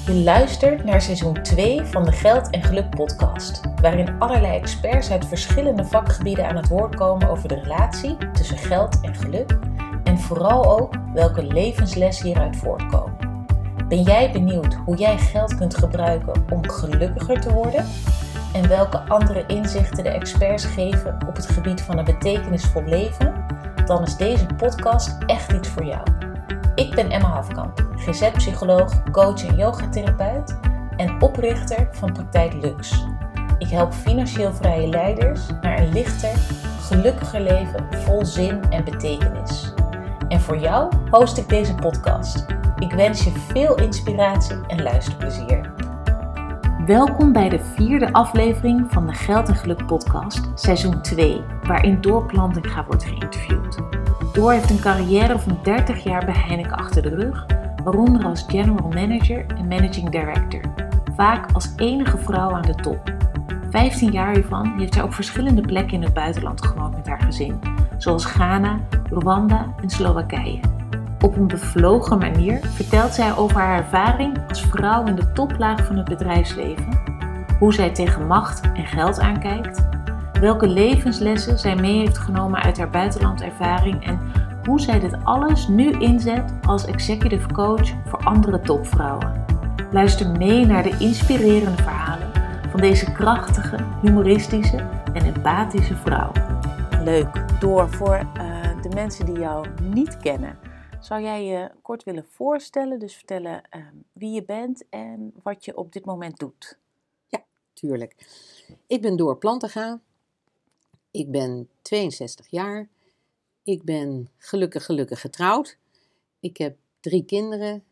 Je luistert naar seizoen 2 van de Geld en Geluk podcast, waarin allerlei experts uit verschillende vakgebieden aan het woord komen over de relatie tussen geld en geluk en vooral ook welke levenslessen hieruit voortkomen. Ben jij benieuwd hoe jij geld kunt gebruiken om gelukkiger te worden? En welke andere inzichten de experts geven op het gebied van een betekenisvol leven? Dan is deze podcast echt iets voor jou. Ik ben Emma Hafkamp, GZ-psycholoog, coach en yogatherapeut en oprichter van Praktijk Lux. Ik help financieel vrije leiders naar een lichter, gelukkiger leven vol zin en betekenis. En voor jou host ik deze podcast. Ik wens je veel inspiratie en luisterplezier. Welkom bij de 4e aflevering van de Geld en Geluk podcast, seizoen 2, waarin Door Plantinga wordt geïnterviewd. Door heeft een carrière van 30 jaar bij Heineken achter de rug, waaronder als general manager en managing director. Vaak als enige vrouw aan de top. 15 jaar hiervan heeft zij op verschillende plekken in het buitenland gewoond met haar gezin, zoals Ghana, Rwanda en Slowakije. Op een bevlogen manier vertelt zij over haar ervaring als vrouw in de toplaag van het bedrijfsleven, hoe zij tegen macht en geld aankijkt, welke levenslessen zij mee heeft genomen uit haar buitenlandervaring en hoe zij dit alles nu inzet als executive coach voor andere topvrouwen. Luister mee naar de inspirerende verhalen van deze krachtige, humoristische en empathische vrouw. Leuk. Door voor de mensen die jou niet kennen, zou jij je kort willen voorstellen? Dus vertellen wie je bent en wat je op dit moment doet. Ja, tuurlijk. Ik ben Door Plantinga. Ik ben 62 jaar. Ik ben gelukkig getrouwd. Ik heb 3 kinderen,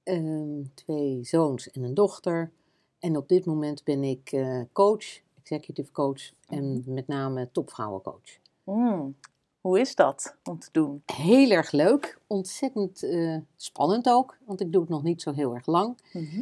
2 zoons en een dochter. En op dit moment ben ik coach, executive coach en met name topvrouwencoach. Hoe is dat om te doen? Heel erg leuk, ontzettend spannend ook, want ik doe het nog niet zo heel erg lang.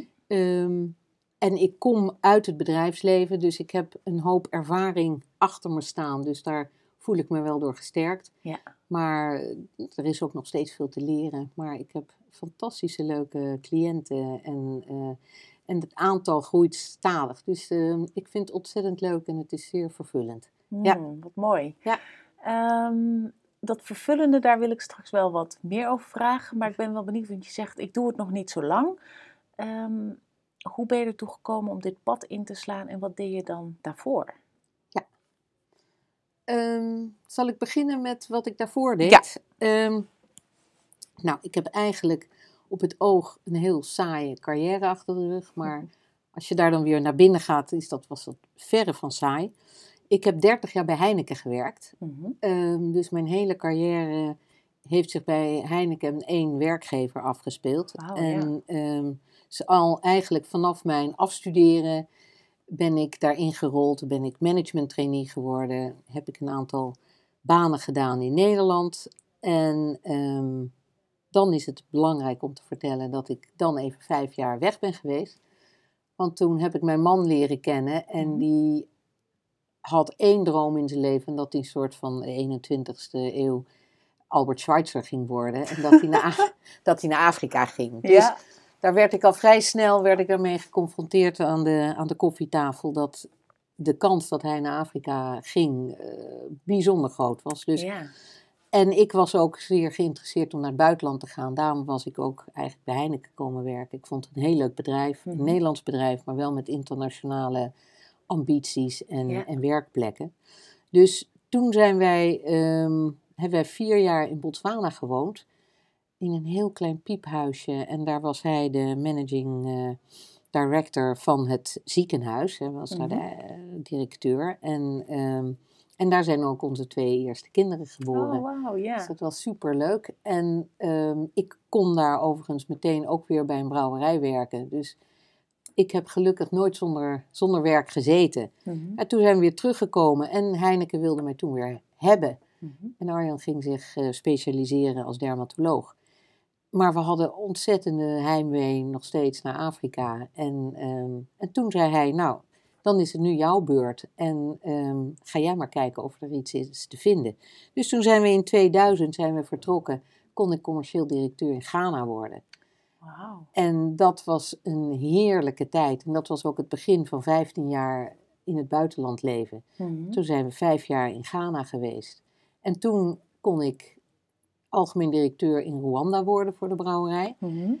En ik kom uit het bedrijfsleven, dus ik heb een hoop ervaring achter me staan. Dus daar voel ik me wel door gesterkt. Ja. Maar er is ook nog steeds veel te leren. Maar ik heb fantastische leuke cliënten en het aantal groeit stadig. Dus ik vind het ontzettend leuk en het is zeer vervullend. Wat mooi. Ja. Dat vervullende, daar wil ik straks wel wat meer over vragen. Maar ik ben wel benieuwd, want je zegt, ik doe het nog niet zo lang. Hoe ben je ertoe gekomen om dit pad in te slaan en wat deed je dan daarvoor? Ja. Zal ik beginnen met wat ik daarvoor deed? Ja. Nou, ik heb eigenlijk op het oog een heel saaie carrière achter de rug. Maar als je daar dan weer naar binnen gaat, was dat verre van saai. Ik heb 30 jaar bij Heineken gewerkt. Dus mijn hele carrière heeft zich bij Heineken 1 werkgever afgespeeld. Wow, en al eigenlijk vanaf mijn afstuderen ben ik daarin gerold. Ben ik management trainee geworden. Heb ik een aantal banen gedaan in Nederland. En dan is het belangrijk om te vertellen dat ik dan even 5 jaar weg ben geweest. Want toen heb ik mijn man leren kennen en die had 1 droom in zijn leven. En dat hij een soort van de 21ste eeuw Albert Schweitzer ging worden. En dat hij naar Afrika ging. Dus ja. Daar werd ik al vrij snel daarmee geconfronteerd aan de koffietafel. Dat de kans dat hij naar Afrika ging bijzonder groot was. Dus, ja. En ik was ook zeer geïnteresseerd om naar het buitenland te gaan. Daarom was ik ook eigenlijk bij Heineken komen werken. Ik vond het een heel leuk bedrijf. Een Nederlands bedrijf, maar wel met internationale ambities en werkplekken. Dus toen hebben wij 4 jaar in Botswana gewoond. In een heel klein piephuisje. En daar was hij de managing director van het ziekenhuis. Hij was daar de directeur. En daar zijn ook onze 2 eerste kinderen geboren. Oh, wow, yeah. Dus dat was superleuk. En ik kon daar overigens meteen ook weer bij een brouwerij werken. Dus ik heb gelukkig nooit zonder werk gezeten. En toen zijn we weer teruggekomen en Heineken wilde mij toen weer hebben. En Arjan ging zich specialiseren als dermatoloog. Maar we hadden ontzettende heimwee nog steeds naar Afrika. En toen zei hij, nou, dan is het nu jouw beurt. En ga jij maar kijken of er iets is te vinden. Dus toen zijn we in 2000 vertrokken. Kon ik commercieel directeur in Ghana worden. Wauw. En dat was een heerlijke tijd. En dat was ook het begin van 15 jaar in het buitenland leven. Toen zijn we 5 jaar in Ghana geweest. En toen kon ik algemeen directeur in Rwanda worden voor de brouwerij.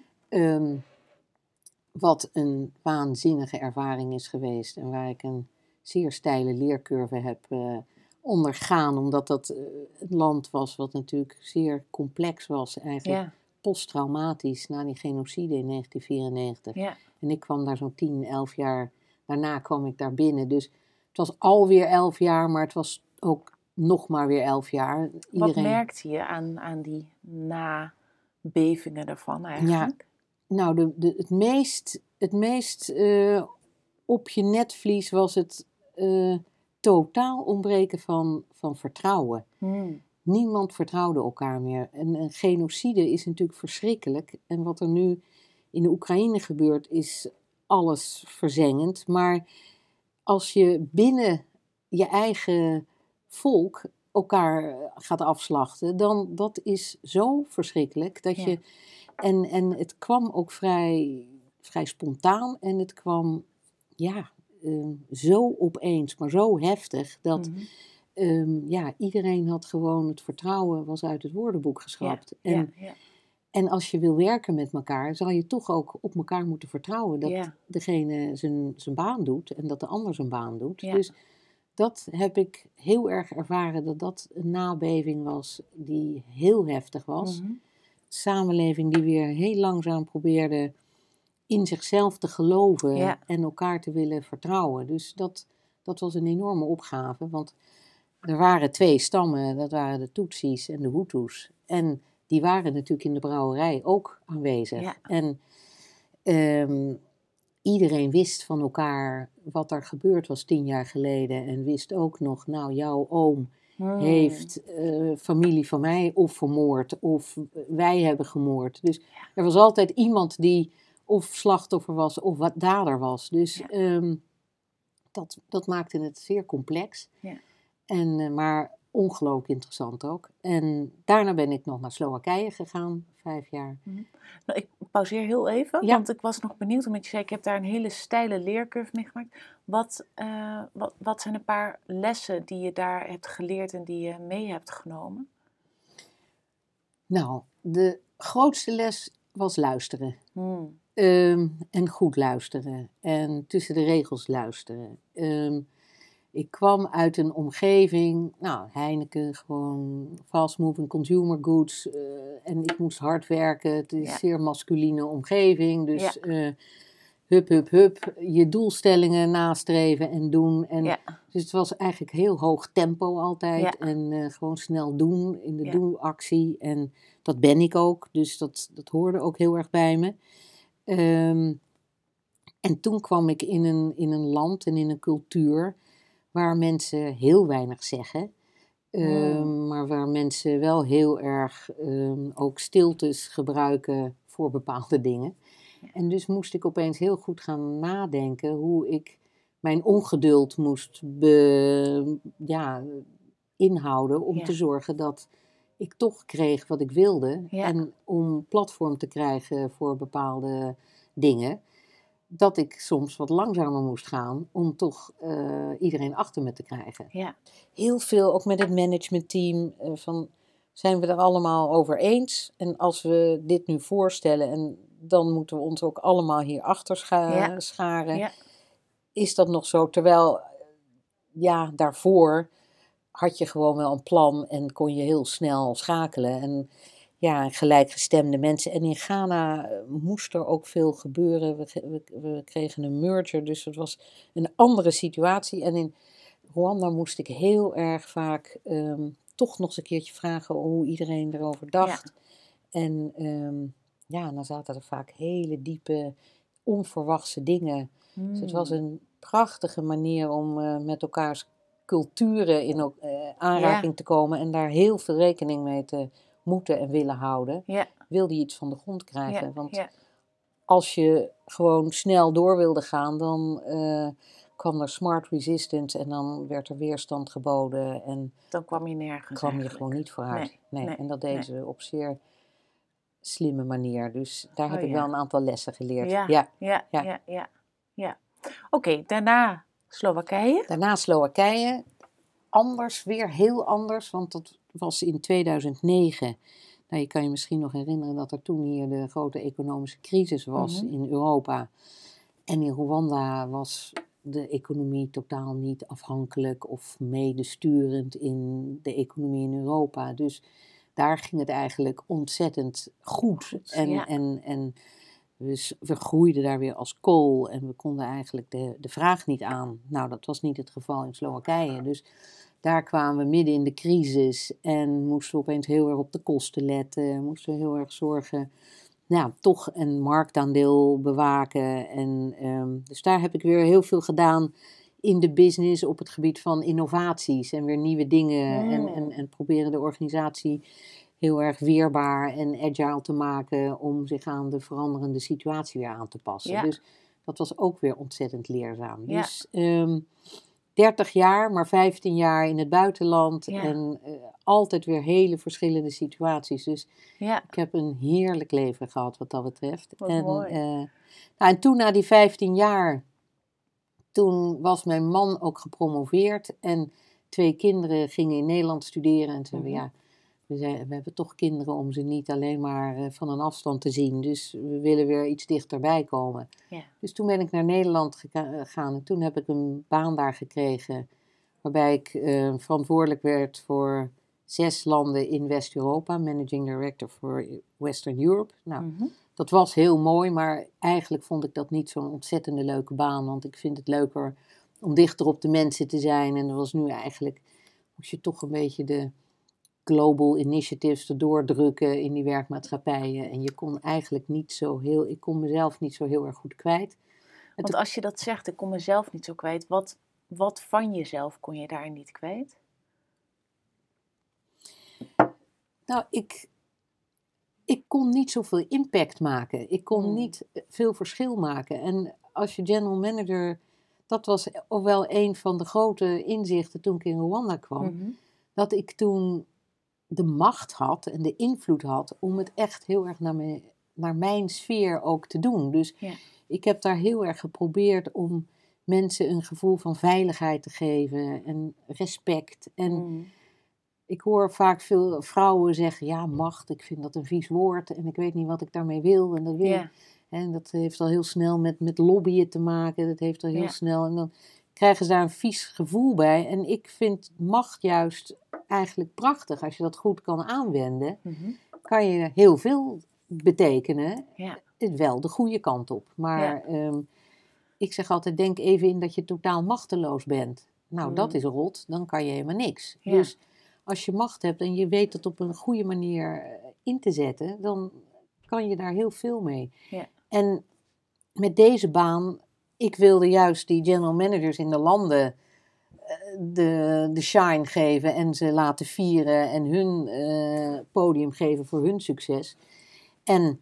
Wat een waanzinnige ervaring is geweest. En waar ik een zeer steile leercurve heb ondergaan. Omdat dat een land was wat natuurlijk zeer complex was. Eigenlijk posttraumatisch na die genocide in 1994. Ja. En ik kwam daar zo'n 10, 11 jaar daarna kwam ik daar binnen. Dus het was alweer 11 jaar, maar het was ook nog maar weer 11 jaar. Wat merkte je aan die nabevingen ervan eigenlijk? Ja, nou, het meest op je netvlies was het totaal ontbreken van vertrouwen. Niemand vertrouwde elkaar meer. Een genocide is natuurlijk verschrikkelijk. En wat er nu in de Oekraïne gebeurt is alles verzengend. Maar als je binnen je eigen volk elkaar gaat afslachten, dan dat is zo verschrikkelijk dat je... En het kwam ook vrij spontaan en het kwam zo opeens, maar zo heftig dat iedereen had gewoon het vertrouwen was uit het woordenboek geschrapt. En als je wil werken met elkaar, zal je toch ook op elkaar moeten vertrouwen dat degene zijn baan doet en dat de ander zijn baan doet. Ja. Dus dat heb ik heel erg ervaren, dat een nabeving was die heel heftig was. Samenleving die weer heel langzaam probeerde in zichzelf te geloven en elkaar te willen vertrouwen. Dus dat was een enorme opgave, want er waren 2 stammen, dat waren de Tutsis en de Hutus. En die waren natuurlijk in de brouwerij ook aanwezig. Ja. En iedereen wist van elkaar wat er gebeurd was 10 jaar geleden en wist ook nog, nou, jouw oom heeft familie van mij of vermoord of wij hebben gemoord. Dus er was altijd iemand die of slachtoffer was of wat dader was. Dus dat maakte het zeer complex. Ja. Maar ongelooflijk interessant ook. En daarna ben ik nog naar Slowakije gegaan, 5 jaar. Nou, ik pauzeer heel even, want ik was nog benieuwd. Omdat je zei, ik heb daar een hele steile leercurve mee gemaakt. Wat zijn een paar lessen die je daar hebt geleerd en die je mee hebt genomen? Nou, de grootste les was luisteren. En goed luisteren. En tussen de regels luisteren. Ik kwam uit een omgeving, Heineken, gewoon fast-moving consumer goods. En ik moest hard werken. Het is een zeer masculine omgeving. Dus hup, je doelstellingen nastreven en doen. Dus het was eigenlijk heel hoog tempo altijd. Ja. En gewoon snel doen in de doelactie. En dat ben ik ook. Dus dat hoorde ook heel erg bij me. En toen kwam ik in een land en in een cultuur waar mensen heel weinig zeggen, maar waar mensen wel heel erg ook stiltes gebruiken voor bepaalde dingen. En dus moest ik opeens heel goed gaan nadenken hoe ik mijn ongeduld moest inhouden om te zorgen dat ik toch kreeg wat ik wilde. Ja. En om platform te krijgen voor bepaalde dingen, dat ik soms wat langzamer moest gaan om toch iedereen achter me te krijgen. Ja. Heel veel, ook met het managementteam, zijn we er allemaal over eens. En als we dit nu voorstellen, en dan moeten we ons ook allemaal hier achter scharen. Ja. Is dat nog zo? Terwijl, daarvoor had je gewoon wel een plan en kon je heel snel schakelen. En gelijkgestemde mensen. En in Ghana moest er ook veel gebeuren. We kregen een merger, dus het was een andere situatie. En in Rwanda moest ik heel erg vaak toch nog eens een keertje vragen hoe iedereen erover dacht. Ja. En dan zaten er vaak hele diepe, onverwachte dingen. Dus het was een prachtige manier om met elkaars culturen in aanraking te komen en daar heel veel rekening mee te moeten en willen houden, wilde je iets van de grond krijgen. Want als je gewoon snel door wilde gaan, dan kwam er smart resistance en dan werd er weerstand geboden. En dan kwam je nergens. Kwam je gewoon niet vooruit. Nee. En dat deden ze op zeer slimme manier. Dus daar heb ik wel een aantal lessen geleerd. Ja. Oké, daarna Slowakije. Daarna Slowakije. Anders, weer heel anders, want dat was in 2009. Nou, je kan je misschien nog herinneren dat er toen hier de grote economische crisis was in Europa. En in Rwanda was de economie totaal niet afhankelijk of medesturend in de economie in Europa. Dus daar ging het eigenlijk ontzettend goed. En we groeiden daar weer als kool en we konden eigenlijk de vraag niet aan. Nou, dat was niet het geval in Slowakije. Dus daar kwamen we midden in de crisis en moesten we opeens heel erg op de kosten letten. Moesten we heel erg zorgen, toch een marktaandeel bewaken. En dus daar heb ik weer heel veel gedaan in de business op het gebied van innovaties en weer nieuwe dingen. En proberen de organisatie heel erg weerbaar en agile te maken om zich aan de veranderende situatie weer aan te passen. Ja. Dus dat was ook weer ontzettend leerzaam. Ja. Dus 30 jaar, maar 15 jaar in het buitenland en altijd weer hele verschillende situaties. Dus ik heb een heerlijk leven gehad wat dat betreft. Wat mooi. En toen na die 15 jaar, toen was mijn man ook gepromoveerd en 2 kinderen gingen in Nederland studeren. En toen we hebben toch kinderen om ze niet alleen maar van een afstand te zien. Dus we willen weer iets dichterbij komen. Ja. Dus toen ben ik naar Nederland gegaan. En toen heb ik een baan daar gekregen. Waarbij ik verantwoordelijk werd voor 6 landen in West-Europa. Managing Director voor Western Europe. Nou, dat was heel mooi. Maar eigenlijk vond ik dat niet zo'n ontzettende leuke baan. Want ik vind het leuker om dichter op de mensen te zijn. En dat was nu eigenlijk, moest je toch een beetje de global initiatives te doordrukken in die werkmaatschappijen. En je kon eigenlijk ik kon mezelf niet zo heel erg goed kwijt. Want als je dat zegt, ik kon mezelf niet zo kwijt, wat van jezelf kon je daar niet kwijt? Nou, ik kon niet zoveel impact maken. Ik kon niet veel verschil maken. En als je general manager, dat was ook wel een van de grote inzichten toen ik in Rwanda kwam. Dat ik toen de macht had en de invloed had om het echt heel erg naar mijn sfeer ook te doen. Dus ik heb daar heel erg geprobeerd om mensen een gevoel van veiligheid te geven en respect. En ik hoor vaak veel vrouwen zeggen, macht, ik vind dat een vies woord en ik weet niet wat ik daarmee wil. En dat wil ik. En dat heeft al heel snel met lobbyen te maken. Dat heeft al heel snel. En dan krijgen ze daar een vies gevoel bij. En ik vind macht juist eigenlijk prachtig. Als je dat goed kan aanwenden, kan je heel veel betekenen. Ja. Wel de goede kant op. Maar ik zeg altijd, denk even in dat je totaal machteloos bent. Nou, dat is rot. Dan kan je helemaal niks. Ja. Dus als je macht hebt en je weet het op een goede manier in te zetten, dan kan je daar heel veel mee. Ja. En met deze baan, ik wilde juist die general managers in de landen de shine geven en ze laten vieren en hun podium geven voor hun succes. En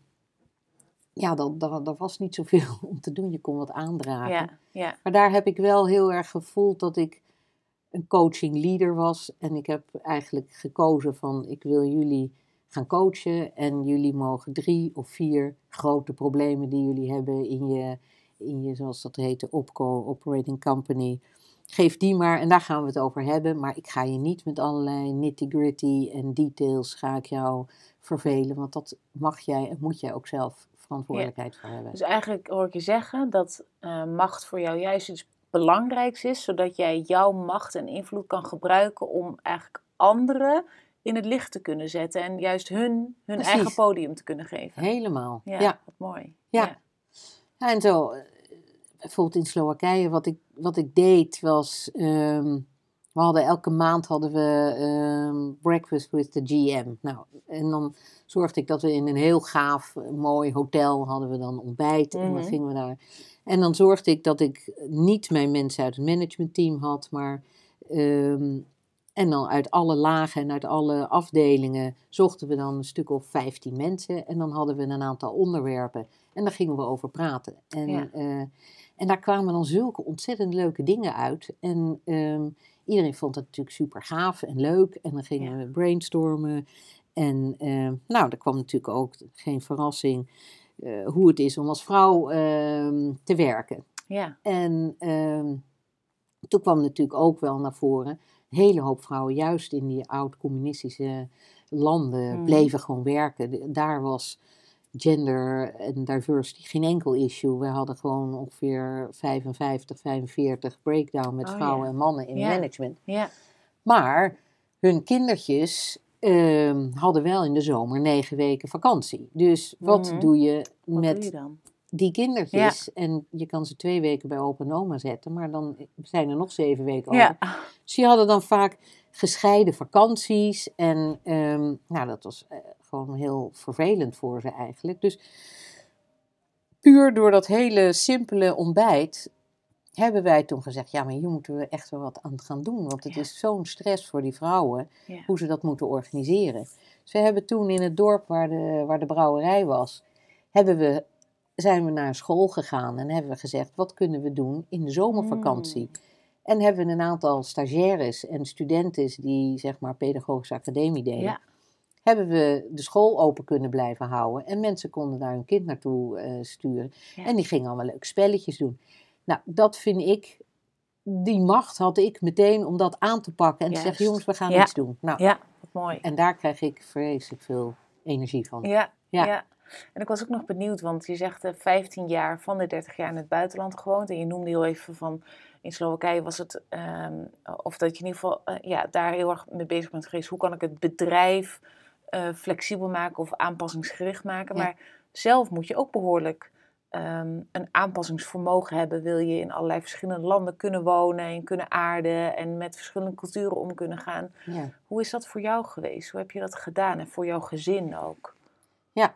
daar was niet zoveel om te doen. Je kon wat aandragen. Ja. Maar daar heb ik wel heel erg gevoeld dat ik een coaching leader was. En ik heb eigenlijk gekozen van, ik wil jullie gaan coachen en jullie mogen 3 of 4 grote problemen die jullie hebben in je zoals dat heet, de OPCO, Operating Company. Geef die maar en daar gaan we het over hebben. Maar ik ga je niet met allerlei nitty-gritty en details ga ik jou vervelen. Want dat mag jij en moet jij ook zelf verantwoordelijkheid voor hebben. Dus eigenlijk hoor ik je zeggen dat macht voor jou juist iets belangrijks is. Zodat jij jouw macht en invloed kan gebruiken om eigenlijk anderen in het licht te kunnen zetten. En juist hun eigen podium te kunnen geven. Helemaal. Ja. Wat mooi. Ja. En zo, bijvoorbeeld in Slowakije, wat ik deed was, elke maand hadden we breakfast with the GM. Nou, en dan zorgde ik dat we in een heel gaaf, mooi hotel hadden we dan ontbijt. En dan gingen we daar. En dan zorgde ik dat ik niet mijn mensen uit het managementteam had, maar en dan uit alle lagen en uit alle afdelingen zochten we dan een stuk of 15 mensen. En dan hadden we een aantal onderwerpen. En daar gingen we over praten. En daar kwamen dan zulke ontzettend leuke dingen uit. En iedereen vond het natuurlijk super gaaf en leuk. En dan gingen we brainstormen. En er kwam natuurlijk ook, geen verrassing, hoe het is om als vrouw te werken. Ja. En toen kwam natuurlijk ook wel naar voren, een hele hoop vrouwen, juist in die oud-communistische landen, bleven gewoon werken. Daar was gender en diversity geen enkel issue. We hadden gewoon ongeveer 55, 45 breakdown met vrouwen en mannen in management. Ja. Maar hun kindertjes hadden wel in de zomer 9 weken vakantie. Dus wat doe je met die kindertjes? Ja. En je kan ze 2 weken bij opa en oma zetten, maar dan zijn er nog 7 weken over. Ja. Dus die hadden dan vaak gescheiden vakanties. En dat was gewoon heel vervelend voor ze eigenlijk. Dus puur door dat hele simpele ontbijt hebben wij toen gezegd, ja, maar hier moeten we echt wel wat aan gaan doen. Want het is zo'n stress voor die vrouwen, hoe ze dat moeten organiseren. Dus we hebben toen in het dorp waar de brouwerij was, zijn we naar een school gegaan en hebben we gezegd, wat kunnen we doen in de zomervakantie? En hebben we een aantal stagiaires en studenten die, zeg maar, pedagogische academie deden, hebben we de school open kunnen blijven houden. En mensen konden daar hun kind naartoe sturen. Ja. En die gingen allemaal leuke spelletjes doen. Nou, dat vind ik, die macht had ik meteen om dat aan te pakken. En te zeggen, jongens, we gaan iets doen. Nou, wat mooi. En daar krijg ik vreselijk veel energie van. Ja. En ik was ook nog benieuwd, want je zegt 15 jaar van de 30 jaar in het buitenland gewoond. En je noemde heel even van, in Slowakije was het, of dat je in ieder geval daar heel erg mee bezig bent geweest. Hoe kan ik het bedrijf flexibel maken of aanpassingsgericht maken? Ja. Maar zelf moet je ook behoorlijk een aanpassingsvermogen hebben. Wil je in allerlei verschillende landen kunnen wonen en kunnen aarden en met verschillende culturen om kunnen gaan. Ja. Hoe is dat voor jou geweest? Hoe heb je dat gedaan? En voor jouw gezin ook? Ja.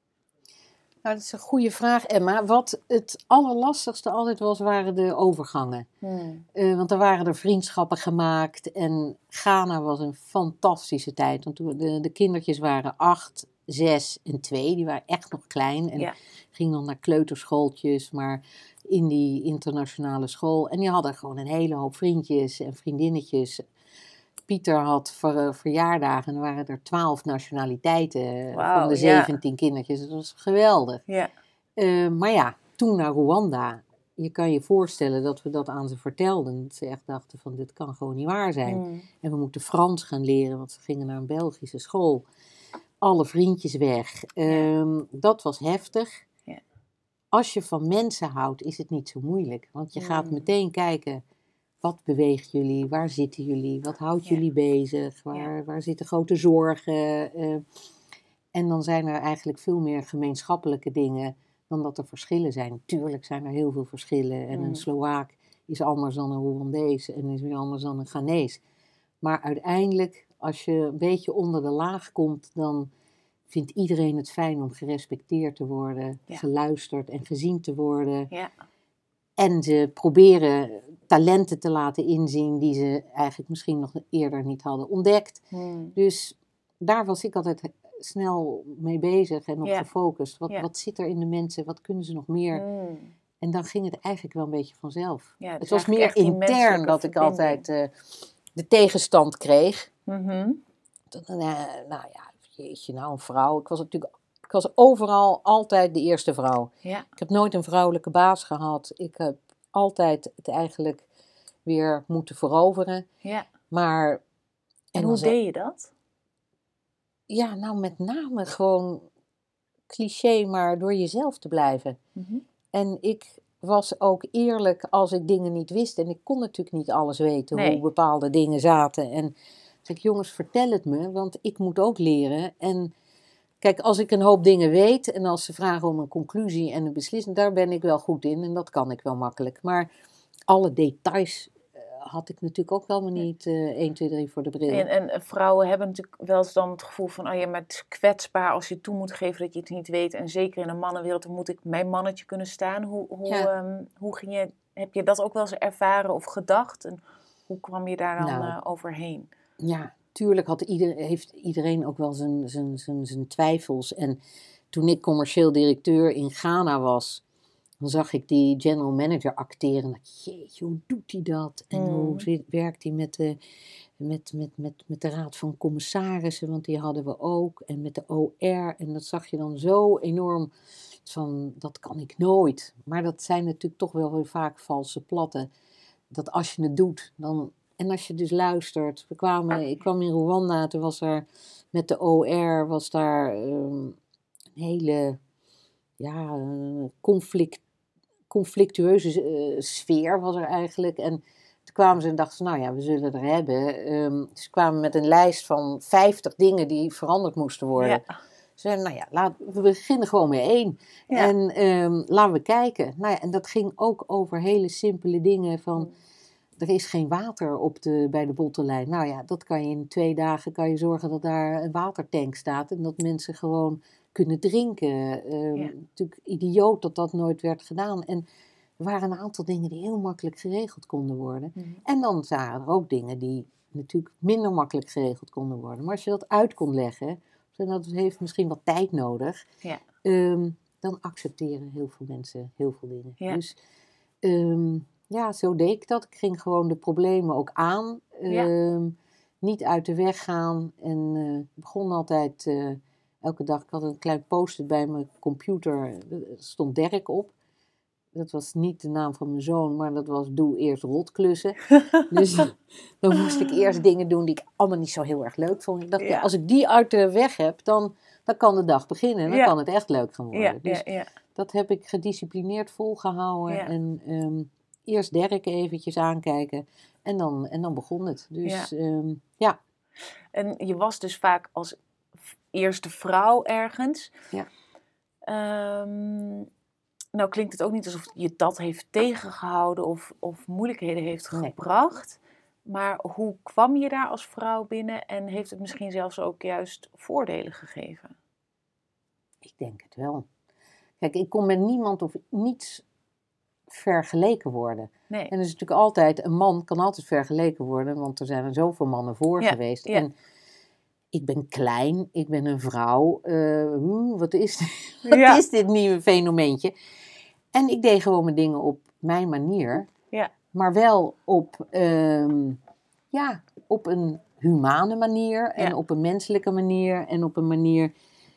Nou, dat is een goede vraag, Emma. Wat het allerlastigste altijd was, waren de overgangen. Want er waren er vriendschappen gemaakt. En Ghana was een fantastische tijd. Want de kindertjes waren 8, 6 en 2. Die waren echt nog klein. En gingen dan naar kleuterschooltjes, maar in die internationale school. En die hadden gewoon een hele hoop vriendjes en vriendinnetjes. Pieter had verjaardagen en er waren er 12 nationaliteiten van de 17 kindertjes. Dat was geweldig. Ja. Maar toen naar Rwanda. Je kan je voorstellen dat we dat aan ze vertelden. Dat ze echt dachten van, dit kan gewoon niet waar zijn. En we moeten Frans gaan leren, want ze gingen naar een Belgische school. Alle vriendjes weg. Dat was heftig. Ja. Als je van mensen houdt, is het niet zo moeilijk. Want je gaat meteen kijken, wat beweegt jullie? Waar zitten jullie? Wat houdt jullie bezig? Waar zitten grote zorgen? En dan zijn er eigenlijk veel meer gemeenschappelijke dingen dan dat er verschillen zijn. Tuurlijk zijn er heel veel verschillen. En een Slovaak is anders dan een Rwandees en is weer anders dan een Ghanees. Maar uiteindelijk, als je een beetje onder de laag komt, dan vindt iedereen het fijn om gerespecteerd te worden, geluisterd en gezien te worden. Ja. En ze proberen talenten te laten inzien die ze eigenlijk misschien nog eerder niet hadden ontdekt. Dus daar was ik altijd snel mee bezig en op gefocust. Wat zit er in de mensen? Wat kunnen ze nog meer? En dan ging het eigenlijk wel een beetje vanzelf. Ja, dus het was meer intern dat ik altijd de tegenstand kreeg. Jeetje, nou een vrouw. Ik was overal altijd de eerste vrouw. Ja. Ik heb nooit een vrouwelijke baas gehad. Ik heb altijd het eigenlijk weer moeten veroveren. Ja. Maar... En hoe deed je dat? Ja, nou met name gewoon cliché, maar door jezelf te blijven. En ik was ook eerlijk als ik dingen niet wist. En ik kon natuurlijk niet alles weten, hoe bepaalde dingen zaten. En zeg ik, jongens, vertel het me, want ik moet ook leren. En kijk, als ik een hoop dingen weet en als ze vragen om een conclusie en een beslissing, daar ben ik wel goed in en dat kan ik wel makkelijk. Maar alle details had ik natuurlijk ook wel maar niet 1, 2, 3 voor de bril. En vrouwen hebben natuurlijk wel eens dan het gevoel van, maar het is kwetsbaar als je toe moet geven dat je het niet weet. En zeker in een mannenwereld, dan moet ik mijn mannetje kunnen staan. Hoe ging je, heb je dat ook wel eens ervaren of gedacht? En hoe kwam je daar dan overheen? Ja, tuurlijk heeft iedereen ook wel zijn twijfels. En toen ik commercieel directeur in Ghana was dan zag ik die general manager acteren. En dacht, jeetje, hoe doet hij dat? En hoe werkt hij met de raad van commissarissen? Want die hadden we ook. En met de OR. En dat zag je dan zo enorm van, dat kan ik nooit. Maar dat zijn natuurlijk toch wel weer vaak valse platten. Dat als je het doet, dan... En als je dus luistert. Ik kwam in Rwanda, toen was er met de OR, was daar een hele conflictueuze sfeer was er eigenlijk. En toen kwamen ze en dachten ze, nou ja, we zullen er hebben. Ze kwamen met een lijst van 50 dingen die veranderd moesten worden. Ja. Ze zeiden, nou ja, we beginnen gewoon met 1. Ja. En laten we kijken. Nou ja, en dat ging ook over hele simpele dingen van... Er is geen water bij de Botterlijn. Nou ja, dat kan je in 2 dagen zorgen dat daar een watertank staat. En dat mensen gewoon kunnen drinken. Natuurlijk idioot dat dat nooit werd gedaan. En er waren een aantal dingen die heel makkelijk geregeld konden worden. En dan waren er ook dingen die natuurlijk minder makkelijk geregeld konden worden. Maar als je dat uit kon leggen, en dat heeft misschien wat tijd nodig, dan accepteren heel veel mensen heel veel dingen. Ja. Dus... ja, zo deed ik dat. Ik ging gewoon de problemen ook aan. Niet uit de weg gaan. En begon altijd elke dag. Ik had een klein post-it bij mijn computer. Er stond Dirk op. Dat was niet de naam van mijn zoon, maar dat was doe eerst rotklussen. Dus dan moest ik eerst dingen doen die ik allemaal niet zo heel erg leuk vond. Ik dacht, ja, als ik die uit de weg heb, dan kan de dag beginnen. Dan kan het echt leuk gaan worden. Dus dat heb ik gedisciplineerd volgehouden. Ja. En eerst Dirk eventjes aankijken en dan begon het. Dus ja. En je was dus vaak als eerste vrouw ergens. Ja. Nou klinkt het ook niet alsof je dat heeft tegengehouden of moeilijkheden heeft gebracht. Maar hoe kwam je daar als vrouw binnen en heeft het misschien zelfs ook juist voordelen gegeven? Ik denk het wel. Kijk, ik kon met niemand of niets vergeleken worden. Nee. En dat is natuurlijk altijd, een man kan altijd vergeleken worden, want er zijn er zoveel mannen voor geweest. Ja. En ik ben klein, ik ben een vrouw. Wat is dit nieuwe fenomeentje? En ik deed gewoon mijn dingen op mijn manier. Ja. Maar wel op een humane manier. En op een menselijke manier. En op een manier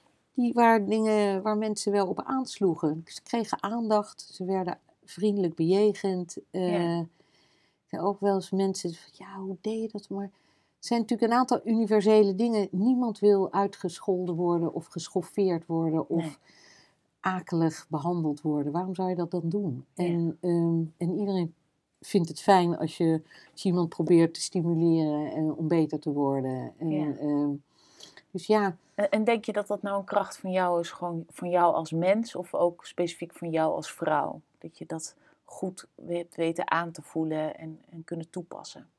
waar mensen wel op aansloegen. Ze kregen aandacht. Ze werden vriendelijk bejegend. Ook wel eens mensen van, hoe deed je dat? Maar er zijn natuurlijk een aantal universele dingen. Niemand wil uitgescholden worden of geschoffeerd worden of akelig behandeld worden. Waarom zou je dat dan doen? Ja. En iedereen vindt het fijn als je iemand probeert te stimuleren om beter te worden. Dus ja. En denk je dat dat nou een kracht van jou is, gewoon van jou als mens of ook specifiek van jou als vrouw? Dat je dat goed hebt weten aan te voelen en kunnen toepassen?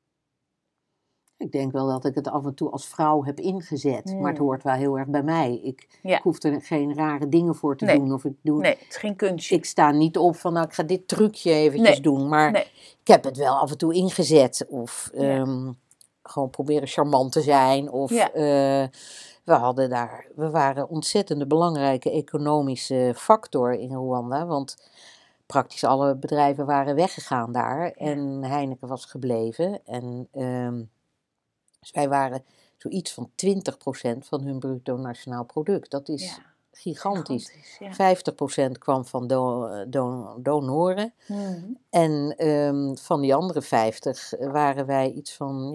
Ik denk wel dat ik het af en toe als vrouw heb ingezet. Maar het hoort wel heel erg bij mij. Ik hoef er geen rare dingen voor te doen. Of het is geen kunstje. Ik sta niet op van, ik ga dit trucje eventjes doen. Maar ik heb het wel af en toe ingezet. Of gewoon proberen charmant te zijn. Of we waren een ontzettend belangrijke economische factor in Rwanda. Want praktisch alle bedrijven waren weggegaan daar. En Heineken was gebleven. En dus wij waren zoiets van 20% van hun bruto nationaal product. Dat is gigantisch. 50% kwam van donoren. En van die andere 50 waren wij iets van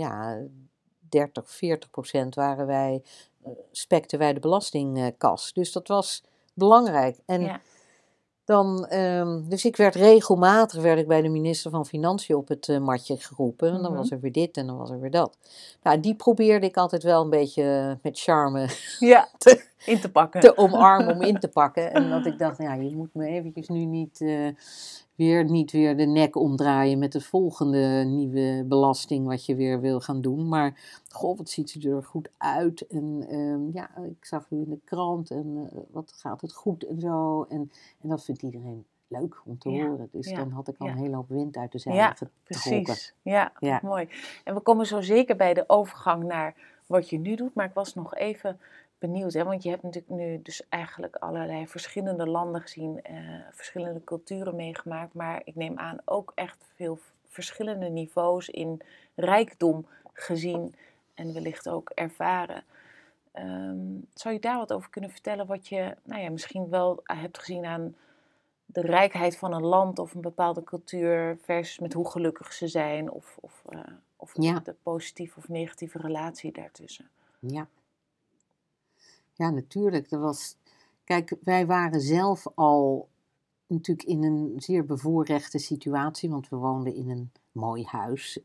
30-40% spekten wij de belastingkas. Dus dat was belangrijk. En dus ik werd regelmatig bij de minister van Financiën op het matje geroepen. En dan was er weer dit en dan was er weer dat. Nou, die probeerde ik altijd wel een beetje met charme in te pakken. Te omarmen, om in te pakken. En dat ik dacht, je moet me eventjes nu niet weer de nek omdraaien met de volgende nieuwe belasting wat je weer wil gaan doen. Maar, wat ziet ze er goed uit. En ik zag u in de krant en wat gaat het goed en zo. En dat vindt iedereen leuk om te horen. Dus dan had ik al een hele hoop wind uit de zeilen getrokken. Precies. Ja, mooi. En we komen zo zeker bij de overgang naar wat je nu doet. Maar ik was nog even benieuwd, hè? Want je hebt natuurlijk nu dus eigenlijk allerlei verschillende landen gezien, verschillende culturen meegemaakt, maar ik neem aan ook echt veel verschillende niveaus in rijkdom gezien en wellicht ook ervaren. Zou je daar wat over kunnen vertellen wat je misschien wel hebt gezien aan de rijkheid van een land of een bepaalde cultuur versus met hoe gelukkig ze zijn of de positieve of negatieve relatie daartussen? Ja. Ja, natuurlijk. Kijk, wij waren zelf al natuurlijk in een zeer bevoorrechte situatie, want we woonden in een mooi huis.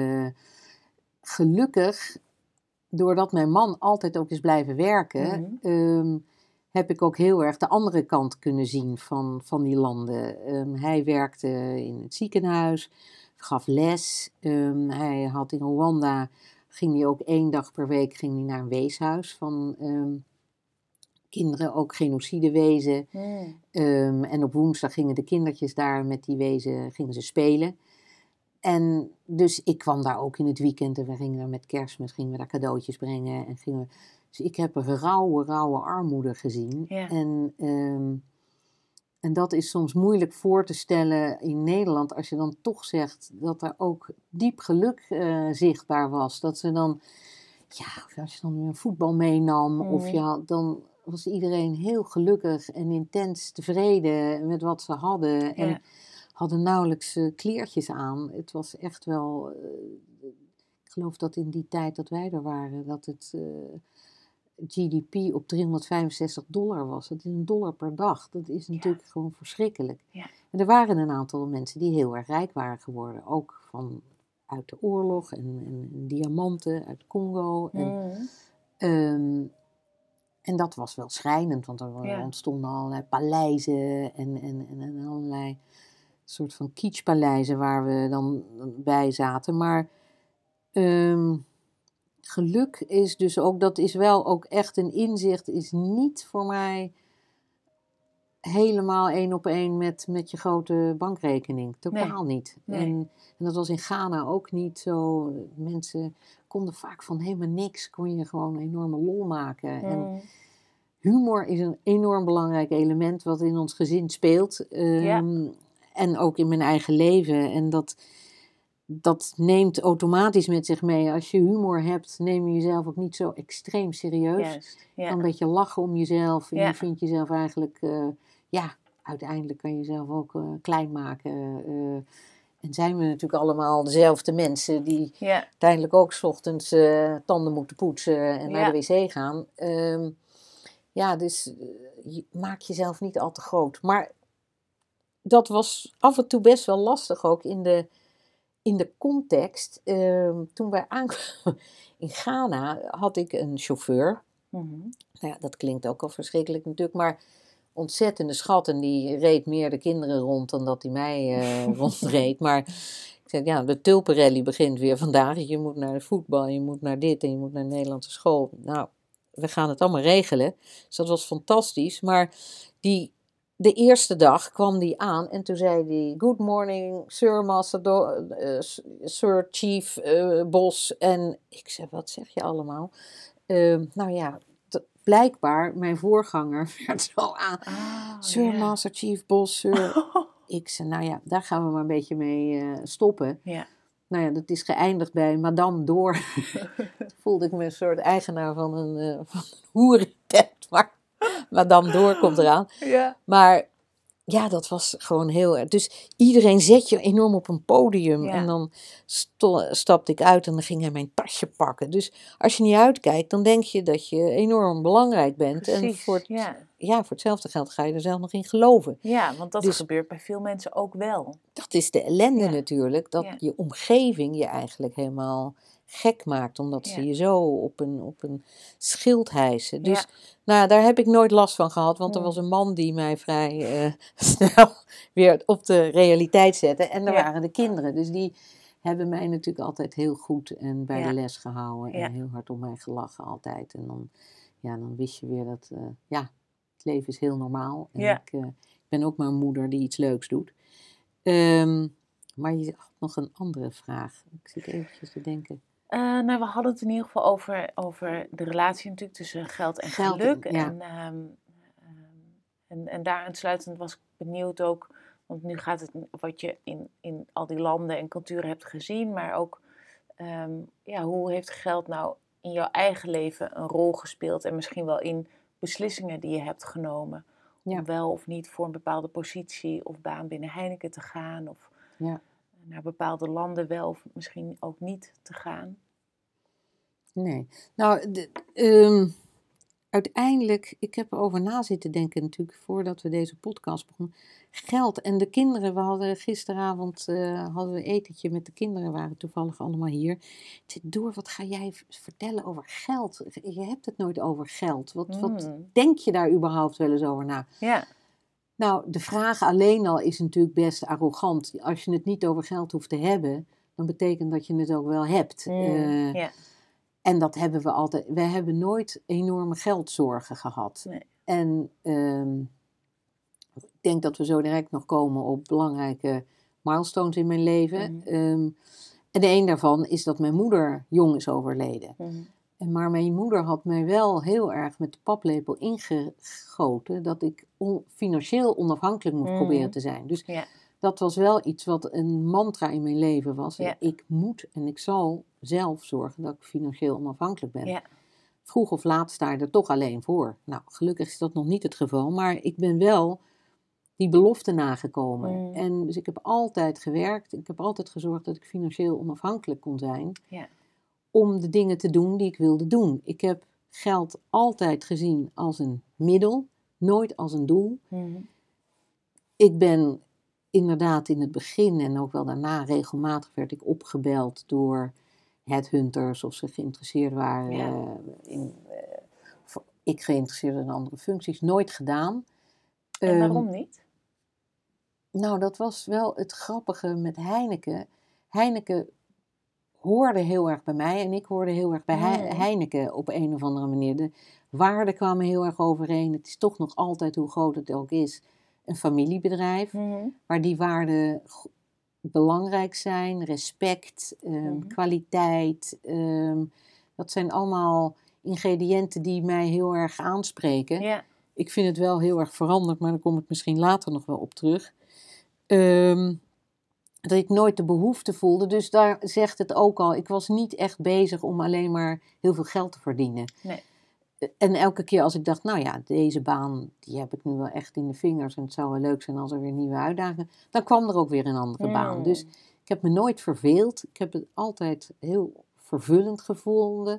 Gelukkig, doordat mijn man altijd ook is blijven werken, heb ik ook heel erg de andere kant kunnen zien van die landen. Hij werkte in het ziekenhuis, gaf les. Hij had in Rwanda, ging hij ook 1 dag per week naar een weeshuis van kinderen, ook genocidewezen. En op woensdag gingen de kindertjes daar met die wezen gingen ze spelen. En dus ik kwam daar ook in het weekend en we gingen daar met Kerstmis gingen we daar cadeautjes brengen. Dus ik heb een rauwe armoede gezien. Ja. En dat is soms moeilijk voor te stellen in Nederland als je dan toch zegt dat er ook diep geluk zichtbaar was. Dat ze dan, als je dan een voetbal meenam of dan was iedereen heel gelukkig en intens tevreden met wat ze hadden. En hadden nauwelijks kleertjes aan. Het was echt wel, ik geloof dat in die tijd dat wij er waren, dat het GDP op $365 was. Dat is $1 per dag. Dat is natuurlijk gewoon verschrikkelijk. Ja. En er waren een aantal mensen die heel erg rijk waren geworden. Ook uit de oorlog en diamanten uit Congo. En dat was wel schrijnend, want er ontstonden allerlei paleizen en allerlei soort van kitschpaleizen waar we dan bij zaten. Maar geluk is dus ook, dat is wel ook echt een inzicht, is niet voor mij helemaal 1 op 1 met je grote bankrekening. Totaal niet. Nee. En dat was in Ghana ook niet zo. Mensen konden vaak van helemaal niks, kon je gewoon een enorme lol maken. En humor is een enorm belangrijk element wat in ons gezin speelt. En ook in mijn eigen leven. En dat neemt automatisch met zich mee. Als je humor hebt, neem je jezelf ook niet zo extreem serieus. Juist, ja. Dan een beetje lachen om jezelf. En je vindt jezelf eigenlijk, uiteindelijk kan je jezelf ook klein maken. En zijn we natuurlijk allemaal dezelfde mensen die uiteindelijk ook 's ochtends tanden moeten poetsen en naar de wc gaan. Dus maak jezelf niet al te groot. Maar dat was af en toe best wel lastig ook in de context. Toen wij aankwamen in Ghana had ik een chauffeur. Dat klinkt ook al verschrikkelijk natuurlijk, maar ontzettende schat. En die reed meer de kinderen rond dan dat hij mij rondreed. Maar ik zei, de tulpenrally begint weer vandaag. Je moet naar de voetbal, je moet naar dit en je moet naar de Nederlandse school. Nou, we gaan het allemaal regelen. Dus dat was fantastisch. Maar de eerste dag kwam die aan en toen zei hij, good morning, Sir Master, Sir Chief Bos. En ik zei, wat zeg je allemaal? Blijkbaar, mijn voorganger werd zo aan. Sir Master Chief Bos, Sir. Ik zei, daar gaan we maar een beetje mee stoppen. Ja. Dat is geëindigd bij Madame Door. Voelde ik me een soort eigenaar van een hoerentent. Maar Madame Door komt eraan. Ja. Maar dat was gewoon heel erg. Dus iedereen zet je enorm op een podium. Ja. En dan stapte ik uit en dan ging hij mijn tasje pakken. Dus als je niet uitkijkt, dan denk je dat je enorm belangrijk bent. Precies, en voor hetzelfde geld ga je er zelf nog in geloven. Ja, want dat gebeurt bij veel mensen ook wel. Dat is de ellende natuurlijk. Dat je omgeving je eigenlijk helemaal gek maakt. Omdat ze je zo op een schild hijsen. Dus daar heb ik nooit last van gehad. Want er was een man die mij vrij snel weer op de realiteit zette. En er waren de kinderen. Dus die hebben mij natuurlijk altijd heel goed en bij de les gehouden. En heel hard om mij gelachen altijd. En dan wist je weer dat het leven is heel normaal. En ik ben ook maar een moeder die iets leuks doet. Maar je had nog een andere vraag. Ik zit eventjes te denken. Nou, we hadden het in ieder geval over de relatie natuurlijk tussen geld en geluk. Ja. En daar aansluitend was ik benieuwd ook, want nu gaat het wat je in al die landen en culturen hebt gezien, maar ook hoe heeft geld nou in jouw eigen leven een rol gespeeld en misschien wel in beslissingen die je hebt genomen om wel of niet voor een bepaalde positie of baan binnen Heineken te gaan of naar bepaalde landen wel of misschien ook niet te gaan? Nee. Nou, uiteindelijk, ik heb erover na zitten denken natuurlijk voordat we deze podcast begonnen. Geld en de kinderen, we hadden gisteravond hadden we etentje met de kinderen, waren toevallig allemaal hier. Ik zei, Door, wat ga jij vertellen over geld? Je hebt het nooit over geld. Wat denk je daar überhaupt wel eens over na? Ja. Nou, de vraag alleen al is natuurlijk best arrogant. Als je het niet over geld hoeft te hebben, dan betekent dat je het ook wel hebt. Ja. En dat hebben we altijd. We hebben nooit enorme geldzorgen gehad. Nee. En ik denk dat we zo direct nog komen op belangrijke milestones in mijn leven. En een daarvan is dat mijn moeder jong is overleden. Maar mijn moeder had mij wel heel erg met de paplepel ingegoten dat ik financieel onafhankelijk moest proberen te zijn. Dus dat was wel iets wat een mantra in mijn leven was. Ja. Ik moet en ik zal zelf zorgen dat ik financieel onafhankelijk ben. Ja. Vroeg of laat sta je er toch alleen voor. Nou, gelukkig is dat nog niet het geval, maar ik ben wel die belofte nagekomen. En dus ik heb altijd gewerkt. Ik heb altijd gezorgd dat ik financieel onafhankelijk kon zijn. Ja. Om de dingen te doen die ik wilde doen. Ik heb geld altijd gezien als een middel, nooit als een doel. Ik ben inderdaad in het begin en ook wel daarna regelmatig werd ik opgebeld door headhunters of ze geïnteresseerd waren ik geïnteresseerd in andere functies. Nooit gedaan. En waarom niet? Nou, dat was wel het grappige met Heineken. Heineken hoorde heel erg bij mij en ik hoorde heel erg bij Heineken op een of andere manier. De waarden kwamen heel erg overeen. Het is toch nog altijd, hoe groot het ook is, een familiebedrijf. Waar die waarden belangrijk zijn. Respect, kwaliteit. Dat zijn allemaal ingrediënten die mij heel erg aanspreken. Ja. Ik vind het wel heel erg veranderd, maar daar kom ik misschien later nog wel op terug. Dat ik nooit de behoefte voelde. Dus daar zegt het ook al. Ik was niet echt bezig om alleen maar heel veel geld te verdienen. Nee. En elke keer als ik dacht, nou ja, deze baan, die heb ik nu wel echt in de vingers. En het zou wel leuk zijn als er weer nieuwe uitdagingen. Dan kwam er ook weer een andere baan. Dus ik heb me nooit verveeld. Ik heb het altijd heel vervullend gevonden.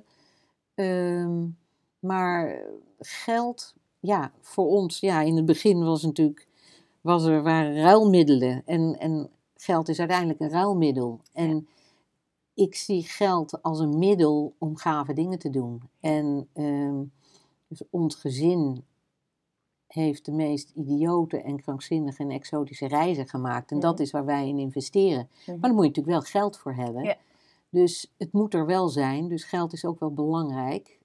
Maar geld, ja, voor ons, ja, in het begin waren ruilmiddelen. En geld is uiteindelijk een ruilmiddel. En ik zie geld als een middel om gave dingen te doen. En dus ons gezin heeft de meest idiote en krankzinnige en exotische reizen gemaakt. En dat is waar wij in investeren. Maar daar moet je natuurlijk wel geld voor hebben. Ja. Dus het moet er wel zijn. Dus geld is ook wel belangrijk.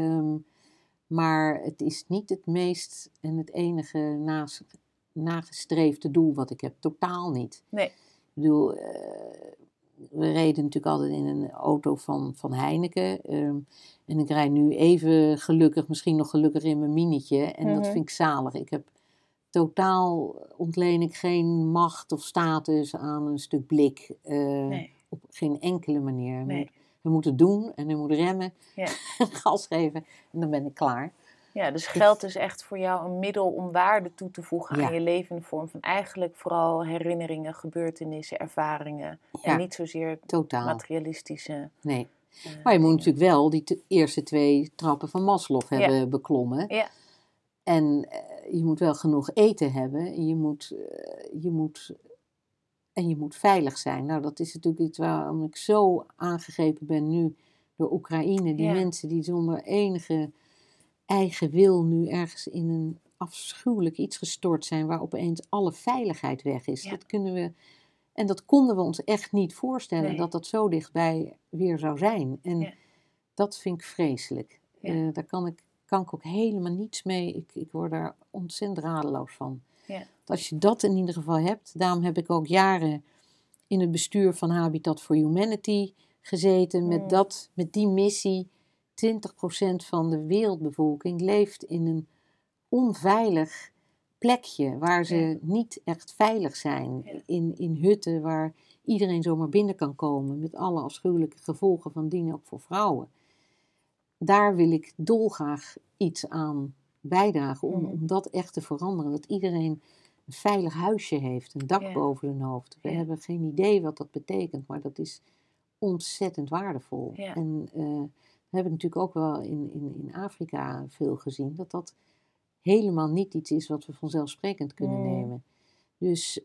Maar het is niet het meest en het enige nagestreefde doel wat ik heb. Totaal niet. Nee. Ik bedoel, we reden natuurlijk altijd in een auto van Heineken. En ik rijd nu even gelukkig, misschien nog gelukkiger in mijn minietje. En dat vind ik zalig. Ik heb totaal, ontleen ik geen macht of status aan een stuk blik. Nee. Op geen enkele manier. Nee. We moeten het doen en we moeten remmen, Ja. gas geven en dan ben ik klaar. Ja, dus geld is echt voor jou een middel om waarde toe te voegen aan je leven in de vorm van eigenlijk vooral herinneringen, gebeurtenissen, ervaringen. En niet zozeer materialistische. Nee. Maar je moet natuurlijk wel die eerste 2 trappen van Maslow hebben beklommen. Ja. En je moet wel genoeg eten hebben. Je moet veilig zijn. Nou, dat is natuurlijk iets waarom ik zo aangegrepen ben nu door Oekraïne. Die mensen die zonder enige eigen wil nu ergens in een afschuwelijk iets gestort zijn waar opeens alle veiligheid weg is. Ja. Dat konden we ons echt niet voorstellen dat dat zo dichtbij weer zou zijn. En dat vind ik vreselijk. Ja. Daar kan ik ook helemaal niets mee. Ik word daar ontzettend radeloos van. Ja. Als je dat in ieder geval hebt, daarom heb ik ook jaren in het bestuur van Habitat for Humanity gezeten met die missie. 20% van de wereldbevolking leeft in een onveilig plekje waar ze niet echt veilig zijn. Ja. In hutten waar iedereen zomaar binnen kan komen met alle afschuwelijke gevolgen van dien ook voor vrouwen. Daar wil ik dolgraag iets aan bijdragen om dat echt te veranderen. Dat iedereen een veilig huisje heeft, een dak boven hun hoofd. We hebben geen idee wat dat betekent, maar dat is ontzettend waardevol. Ja. En dat heb ik natuurlijk ook wel in Afrika veel gezien, dat helemaal niet iets is wat we vanzelfsprekend kunnen nemen. Dus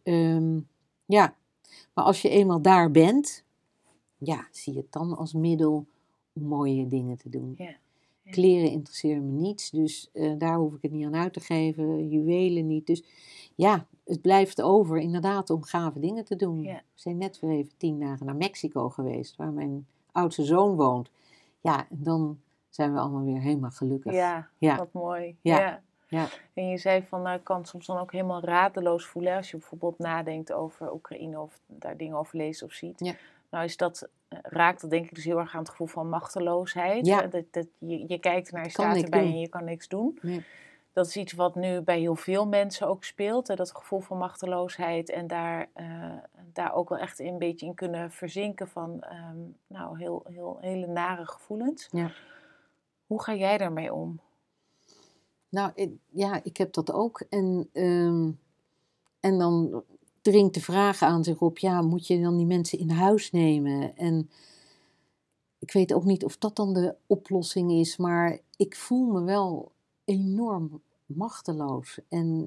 maar als je eenmaal daar bent, zie je het dan als middel om mooie dingen te doen. Ja. Ja. Kleren interesseren me niets, dus daar hoef ik het niet aan uit te geven, juwelen niet. Dus het blijft over inderdaad om gave dingen te doen. Ja. We zijn net weer even 10 dagen naar Mexico geweest, waar mijn oudste zoon woont. Ja, en dan zijn we allemaal weer helemaal gelukkig. Ja, wat mooi. Ja. En je zei van, ik kan soms dan ook helemaal radeloos voelen als je bijvoorbeeld nadenkt over Oekraïne of daar dingen over leest of ziet. Ja. Nou raakt dat denk ik dus heel erg aan het gevoel van machteloosheid. Ja. Dat je kijkt naar, je staat erbij en je kan niks doen. Nee. Dat is iets wat nu bij heel veel mensen ook speelt. Dat gevoel van machteloosheid en daar ook wel echt een beetje in kunnen verzinken van hele nare gevoelens. Ja. Hoe ga jij daarmee om? Nou, ik heb dat ook. En dan dringt de vraag aan zich op, moet je dan die mensen in huis nemen? En ik weet ook niet of dat dan de oplossing is, maar ik voel me wel enorm machteloos. En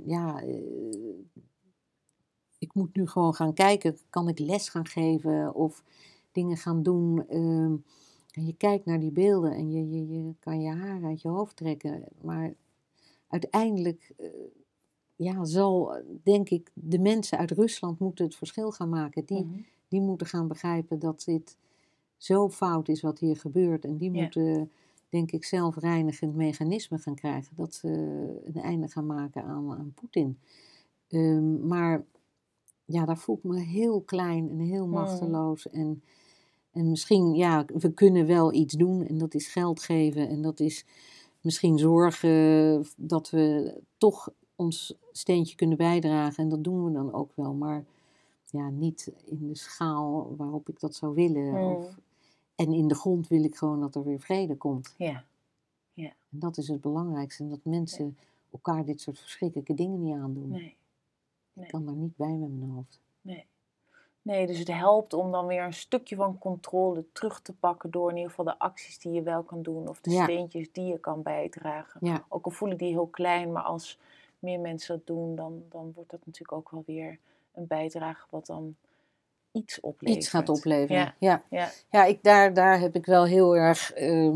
ik moet nu gewoon gaan kijken, kan ik les gaan geven of dingen gaan doen? En je kijkt naar die beelden en je kan je haar uit je hoofd trekken, maar uiteindelijk zal, denk ik, de mensen uit Rusland moeten het verschil gaan maken. Die moeten gaan begrijpen dat dit zo fout is wat hier gebeurt. En die moeten, denk ik, zelfreinigend mechanismen gaan krijgen. Dat ze een einde gaan maken aan Poetin. Maar daar voel ik me heel klein en heel machteloos. En misschien, we kunnen wel iets doen. En dat is geld geven. En dat is misschien zorgen dat we toch ons steentje kunnen bijdragen. En dat doen we dan ook wel. Maar niet in de schaal waarop ik dat zou willen. En in de grond wil ik gewoon dat er weer vrede komt. Ja. En dat is het belangrijkste. En dat mensen elkaar dit soort verschrikkelijke dingen niet aandoen. Nee. Ik kan daar niet bij met mijn hoofd. Nee, dus het helpt om dan weer een stukje van controle terug te pakken door in ieder geval de acties die je wel kan doen of de steentjes die je kan bijdragen. Ja. Ook al voelen die heel klein, maar als meer mensen dat doen, dan wordt dat natuurlijk ook wel weer een bijdrage wat dan iets oplevert. Iets gaat opleveren, daar heb ik wel heel erg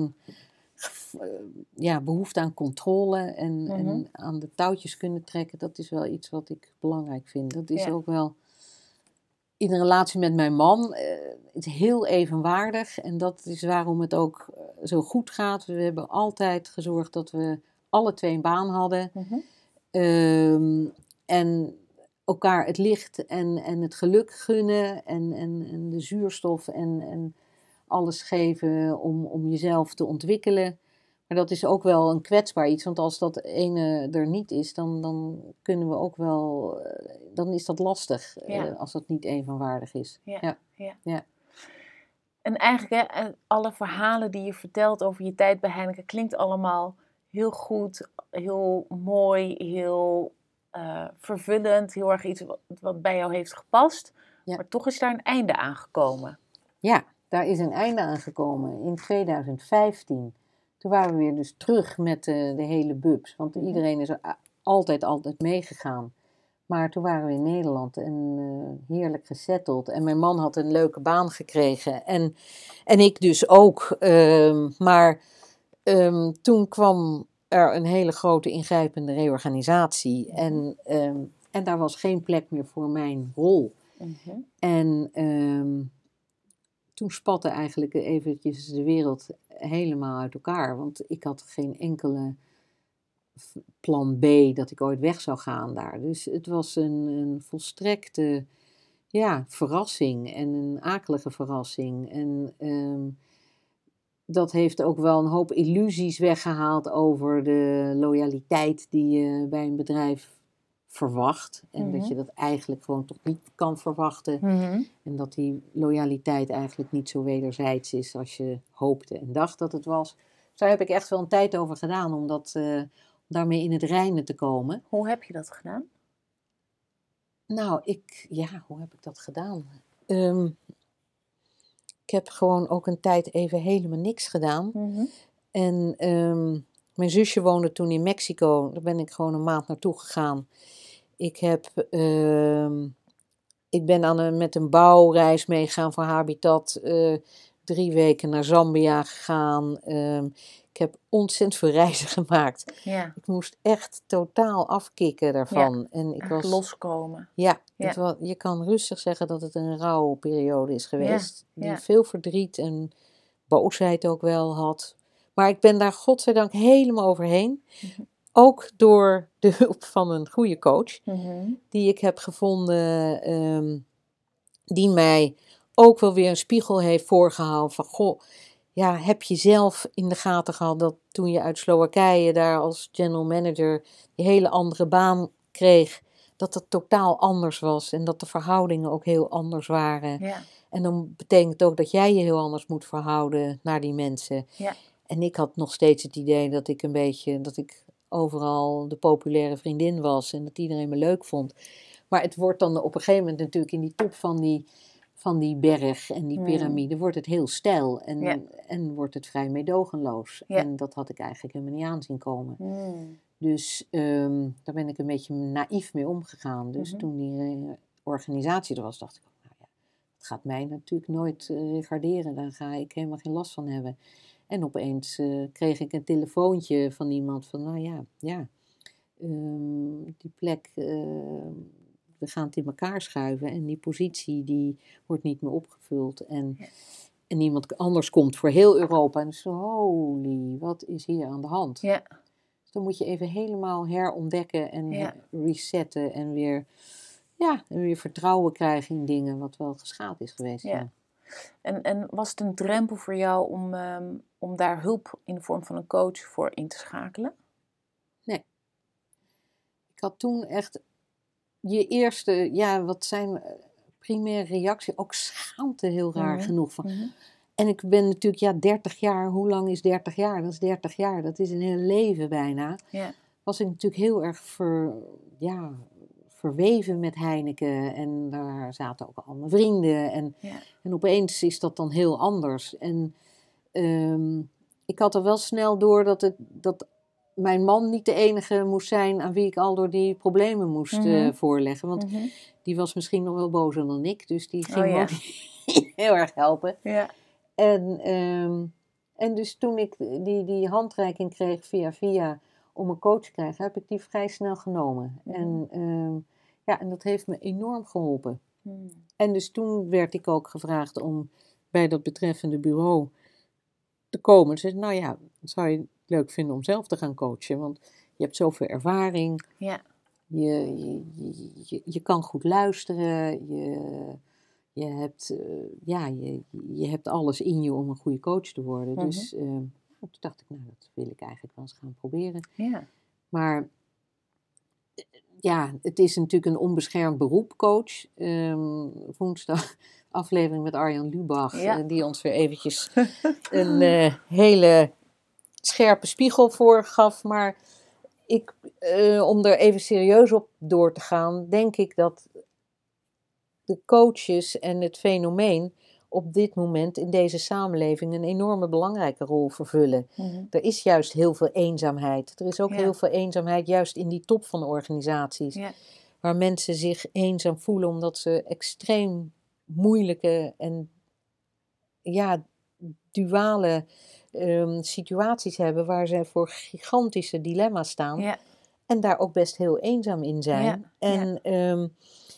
behoefte aan controle en aan de touwtjes kunnen trekken. Dat is wel iets wat ik belangrijk vind. Dat is ook wel in een relatie met mijn man is heel evenwaardig. En dat is waarom het ook zo goed gaat. We hebben altijd gezorgd dat we alle 2 een baan hadden. En elkaar het licht en het geluk gunnen. En de zuurstof en alles geven om jezelf te ontwikkelen. Maar dat is ook wel een kwetsbaar iets. Want als dat ene er niet is, dan kunnen we ook wel. Dan is dat lastig als dat niet evenwaardig is. Ja. En eigenlijk, alle verhalen die je vertelt over je tijd bij Heineken klinkt allemaal heel goed, heel mooi, heel vervullend. Heel erg iets wat bij jou heeft gepast. Ja. Maar toch is daar een einde aan gekomen. Ja, daar is een einde aan gekomen. In 2015. Toen waren we weer dus terug met de hele bubs. Want iedereen is er altijd meegegaan. Maar toen waren we in Nederland en heerlijk gesetteld. En mijn man had een leuke baan gekregen. En ik dus ook. Maar toen kwam er een hele grote ingrijpende reorganisatie. En daar was geen plek meer voor mijn rol. En toen spatte eigenlijk eventjes de wereld helemaal uit elkaar. Want ik had geen enkele plan B dat ik ooit weg zou gaan daar. Dus het was een volstrekte verrassing en een akelige verrassing. En dat heeft ook wel een hoop illusies weggehaald over de loyaliteit die je bij een bedrijf verwacht. En dat je dat eigenlijk gewoon toch niet kan verwachten. En dat die loyaliteit eigenlijk niet zo wederzijds is als je hoopte en dacht dat het was. Dus daar heb ik echt wel een tijd over gedaan om daarmee in het reine te komen. Hoe heb je dat gedaan? Nou, hoe heb ik dat gedaan? Ik heb gewoon ook een tijd even helemaal niks gedaan. En mijn zusje woonde toen in Mexico. Daar ben ik gewoon een maand naartoe gegaan. Ik ben met een bouwreis meegegaan voor Habitat. 3 weken naar Zambia gegaan. Ik heb ontzettend veel reizen gemaakt. Ja. Ik moest echt totaal afkicken daarvan. Ja. En ik was loskomen. Ja, je kan rustig zeggen dat het een rouwperiode is geweest. Ja. Die veel verdriet en boosheid ook wel had. Maar ik ben daar godzijdank helemaal overheen. Ook door de hulp van een goede coach. Die ik heb gevonden. Die mij ook wel weer een spiegel heeft voorgehouden. Van goh, heb je zelf in de gaten gehad dat toen je uit Slowakije daar als general manager die hele andere baan kreeg, dat het totaal anders was en dat de verhoudingen ook heel anders waren. Ja. En dan betekent het ook dat jij je heel anders moet verhouden naar die mensen. Ja. En ik had nog steeds het idee dat ik overal de populaire vriendin was en dat iedereen me leuk vond. Maar het wordt dan op een gegeven moment natuurlijk in die top van die berg en die piramide wordt het heel steil en wordt het vrij meedogenloos. Ja. En dat had ik eigenlijk helemaal niet aan zien komen. Dus daar ben ik een beetje naïef mee omgegaan. Dus toen die organisatie er was, dacht ik, het gaat mij natuurlijk nooit regarderen. Daar ga ik helemaal geen last van hebben. En opeens kreeg ik een telefoontje van iemand van, die plek, we gaan het in elkaar schuiven. En die positie, die wordt niet meer opgevuld. En iemand anders komt voor heel Europa. En zo, holy, wat is hier aan de hand? Ja. Dus dan moet je even helemaal herontdekken en resetten en weer vertrouwen krijgen in dingen wat wel geschaad is geweest. Ja. En was het een drempel voor jou om daar hulp in de vorm van een coach voor in te schakelen? Nee. Ik had toen echt je eerste, wat zijn primaire reactie, ook schaamte heel raar genoeg van. En ik ben natuurlijk, 30 jaar, hoe lang is 30 jaar? Dat is 30 jaar, dat is een heel leven bijna. Ja. Was ik natuurlijk heel erg verweven met Heineken. En daar zaten ook al mijn vrienden. En opeens is dat dan heel anders. En ik had er wel snel door dat mijn man niet de enige moest zijn aan wie ik al door die problemen moest voorleggen. Want die was misschien nog wel bozer dan ik. Dus die ging me ook heel erg helpen. Ja. En dus toen ik die handreiking kreeg via om een coach te krijgen, heb ik die vrij snel genomen. En dat heeft me enorm geholpen. En dus toen werd ik ook gevraagd om bij dat betreffende bureau te komen. Ze zei, zou je het leuk vinden om zelf te gaan coachen? Want je hebt zoveel ervaring. Ja. Je kan goed luisteren. Je hebt alles in je om een goede coach te worden. Dus toen dacht ik, dat wil ik eigenlijk wel eens gaan proberen. Ja. Maar het is natuurlijk een onbeschermd beroep, coach. Woensdag aflevering met Arjan Lubach, die ons weer eventjes een hele scherpe spiegel voorgaf. Maar om er even serieus op door te gaan, denk ik dat de coaches en het fenomeen op dit moment in deze samenleving een enorme belangrijke rol vervullen. Er is juist heel veel eenzaamheid. Er is ook heel veel eenzaamheid juist in die top van de organisaties. Ja. Waar mensen zich eenzaam voelen omdat ze extreem moeilijke en duale situaties hebben waar ze voor gigantische dilemma's staan. Ja. En daar ook best heel eenzaam in zijn. Ja. En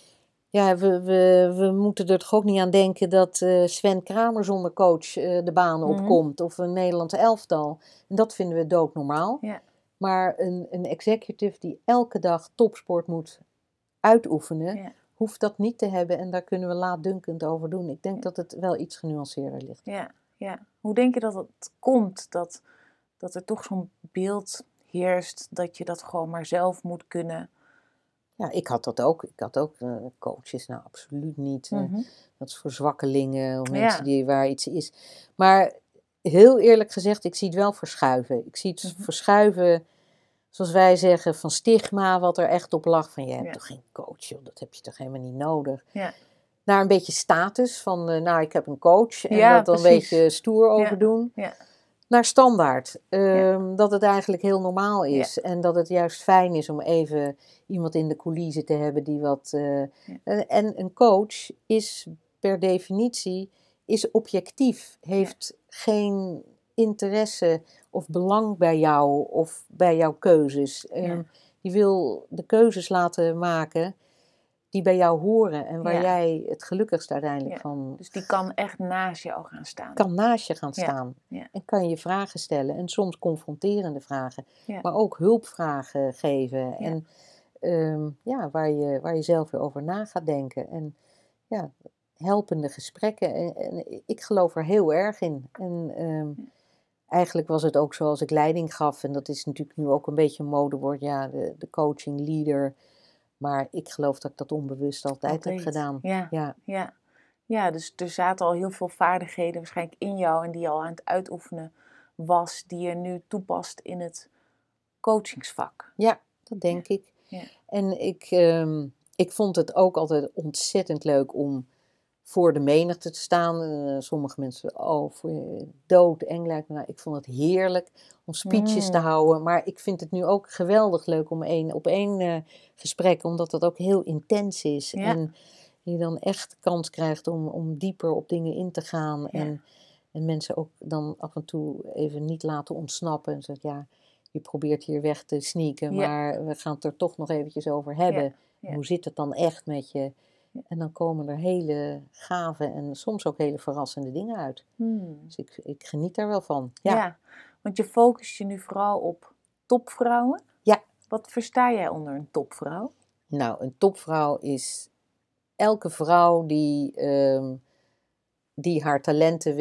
we moeten er toch ook niet aan denken dat Sven Kramer zonder coach de baan opkomt. Of een Nederlands elftal. En dat vinden we doodnormaal. Ja. Maar een executive die elke dag topsport moet uitoefenen. Ja. hoeft dat niet te hebben en daar kunnen we laatdunkend over doen. Ik denk dat het wel iets genuanceerder ligt. Ja. Hoe denk je dat het komt dat er toch zo'n beeld heerst dat je dat gewoon maar zelf moet kunnen? Ja, ik had dat ook. Ik had ook coaches, nou absoluut niet. Dat is voor zwakkelingen of mensen waar iets is. Maar heel eerlijk gezegd, ik zie het wel verschuiven. Ik zie het verschuiven, zoals wij zeggen, van stigma, wat er echt op lag. Van, je hebt toch geen coach, joh, dat heb je toch helemaal niet nodig. Ja. Naar een beetje status van, nou, ik heb een coach. En dat dan een beetje stoer over doen. Ja. Naar standaard. Dat het eigenlijk heel normaal is. Ja. En dat het juist fijn is om even iemand in de coulissen te hebben die wat... En een coach is per definitie objectief. Heeft geen interesse of belang bij jou of bij jouw keuzes. Die wil de keuzes laten maken die bij jou horen en waar jij het gelukkigst uiteindelijk van... Dus die kan echt naast jou gaan staan. Kan naast je gaan staan. Ja. En kan je vragen stellen. En soms confronterende vragen. Ja. Maar ook hulpvragen geven. Ja. En waar je zelf weer over na gaat denken. En helpende gesprekken. En ik geloof er heel erg in. En eigenlijk was het ook zoals ik leiding gaf. En dat is natuurlijk nu ook een beetje een modewoord. Ja, de coaching leader... Maar ik geloof dat ik dat onbewust altijd heb gedaan. Ja, dus er zaten al heel veel vaardigheden waarschijnlijk in jou en die je al aan het uitoefenen was, die je nu toepast in het coachingsvak. Ja, dat denk ik. Ja. En ik vond het ook altijd ontzettend leuk om voor de menigte te staan. Sommige mensen, voor je doodeng lijkt me. Nou, ik vond het heerlijk om speeches te houden. Maar ik vind het nu ook geweldig leuk om op één gesprek. Omdat dat ook heel intens is. Ja. En je dan echt de kans krijgt om dieper op dingen in te gaan. Ja. En mensen ook dan af en toe even niet laten ontsnappen. En zeggen, je probeert hier weg te sneaken. Ja. Maar we gaan het er toch nog eventjes over hebben. Ja. Ja. Hoe zit het dan echt met je? En dan komen er hele gave en soms ook hele verrassende dingen uit. Dus ik geniet daar wel van. Ja, want je focust je nu vooral op topvrouwen. Ja. Wat versta jij onder een topvrouw? Nou, een topvrouw is elke vrouw die haar talenten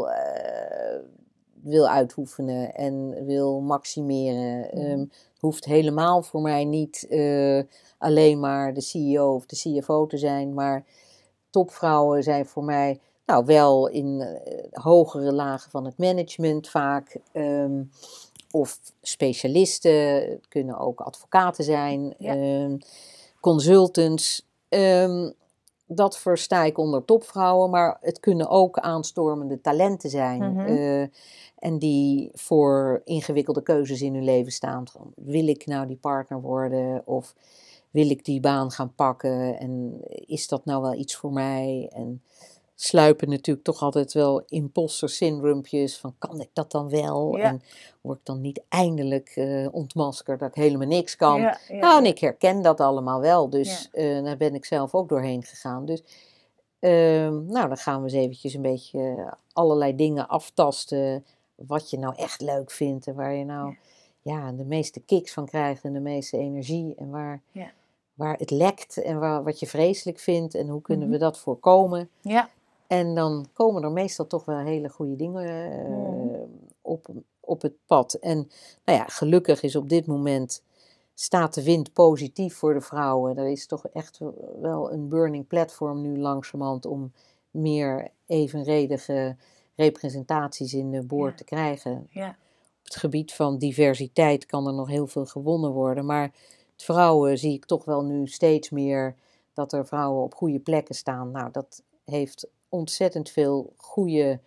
wil uitoefenen en wil maximeren. Hoeft helemaal voor mij niet alleen maar de CEO of de CFO te zijn, maar topvrouwen zijn voor mij wel in hogere lagen van het management vaak, of specialisten, het kunnen ook advocaten zijn, consultants. Dat versta ik onder topvrouwen, maar het kunnen ook aanstormende talenten zijn. En die voor ingewikkelde keuzes in hun leven staan. Wil ik nou die partner worden? Of wil ik die baan gaan pakken? En is dat nou wel iets voor mij? En sluipen natuurlijk toch altijd wel imposter syndroompjes van kan ik dat dan wel? Ja. En word ik dan niet eindelijk ontmaskerd dat ik helemaal niks kan? En ik herken dat allemaal wel, dus daar ben ik zelf ook doorheen gegaan. Dus dan gaan we eens eventjes een beetje allerlei dingen aftasten, wat je nou echt leuk vindt en waar je nou de meeste kicks van krijgt en de meeste energie en waar het lekt en wat je vreselijk vindt en hoe kunnen we dat voorkomen. Ja. En dan komen er meestal toch wel hele goede dingen op het pad. En gelukkig is op dit moment staat de wind positief voor de vrouwen. Er is toch echt wel een burning platform nu langzamerhand om meer evenredige representaties in de boord te krijgen. Ja. Op het gebied van diversiteit kan er nog heel veel gewonnen worden. Maar vrouwen zie ik toch wel nu steeds meer dat er vrouwen op goede plekken staan. Nou, dat heeft ontzettend veel goede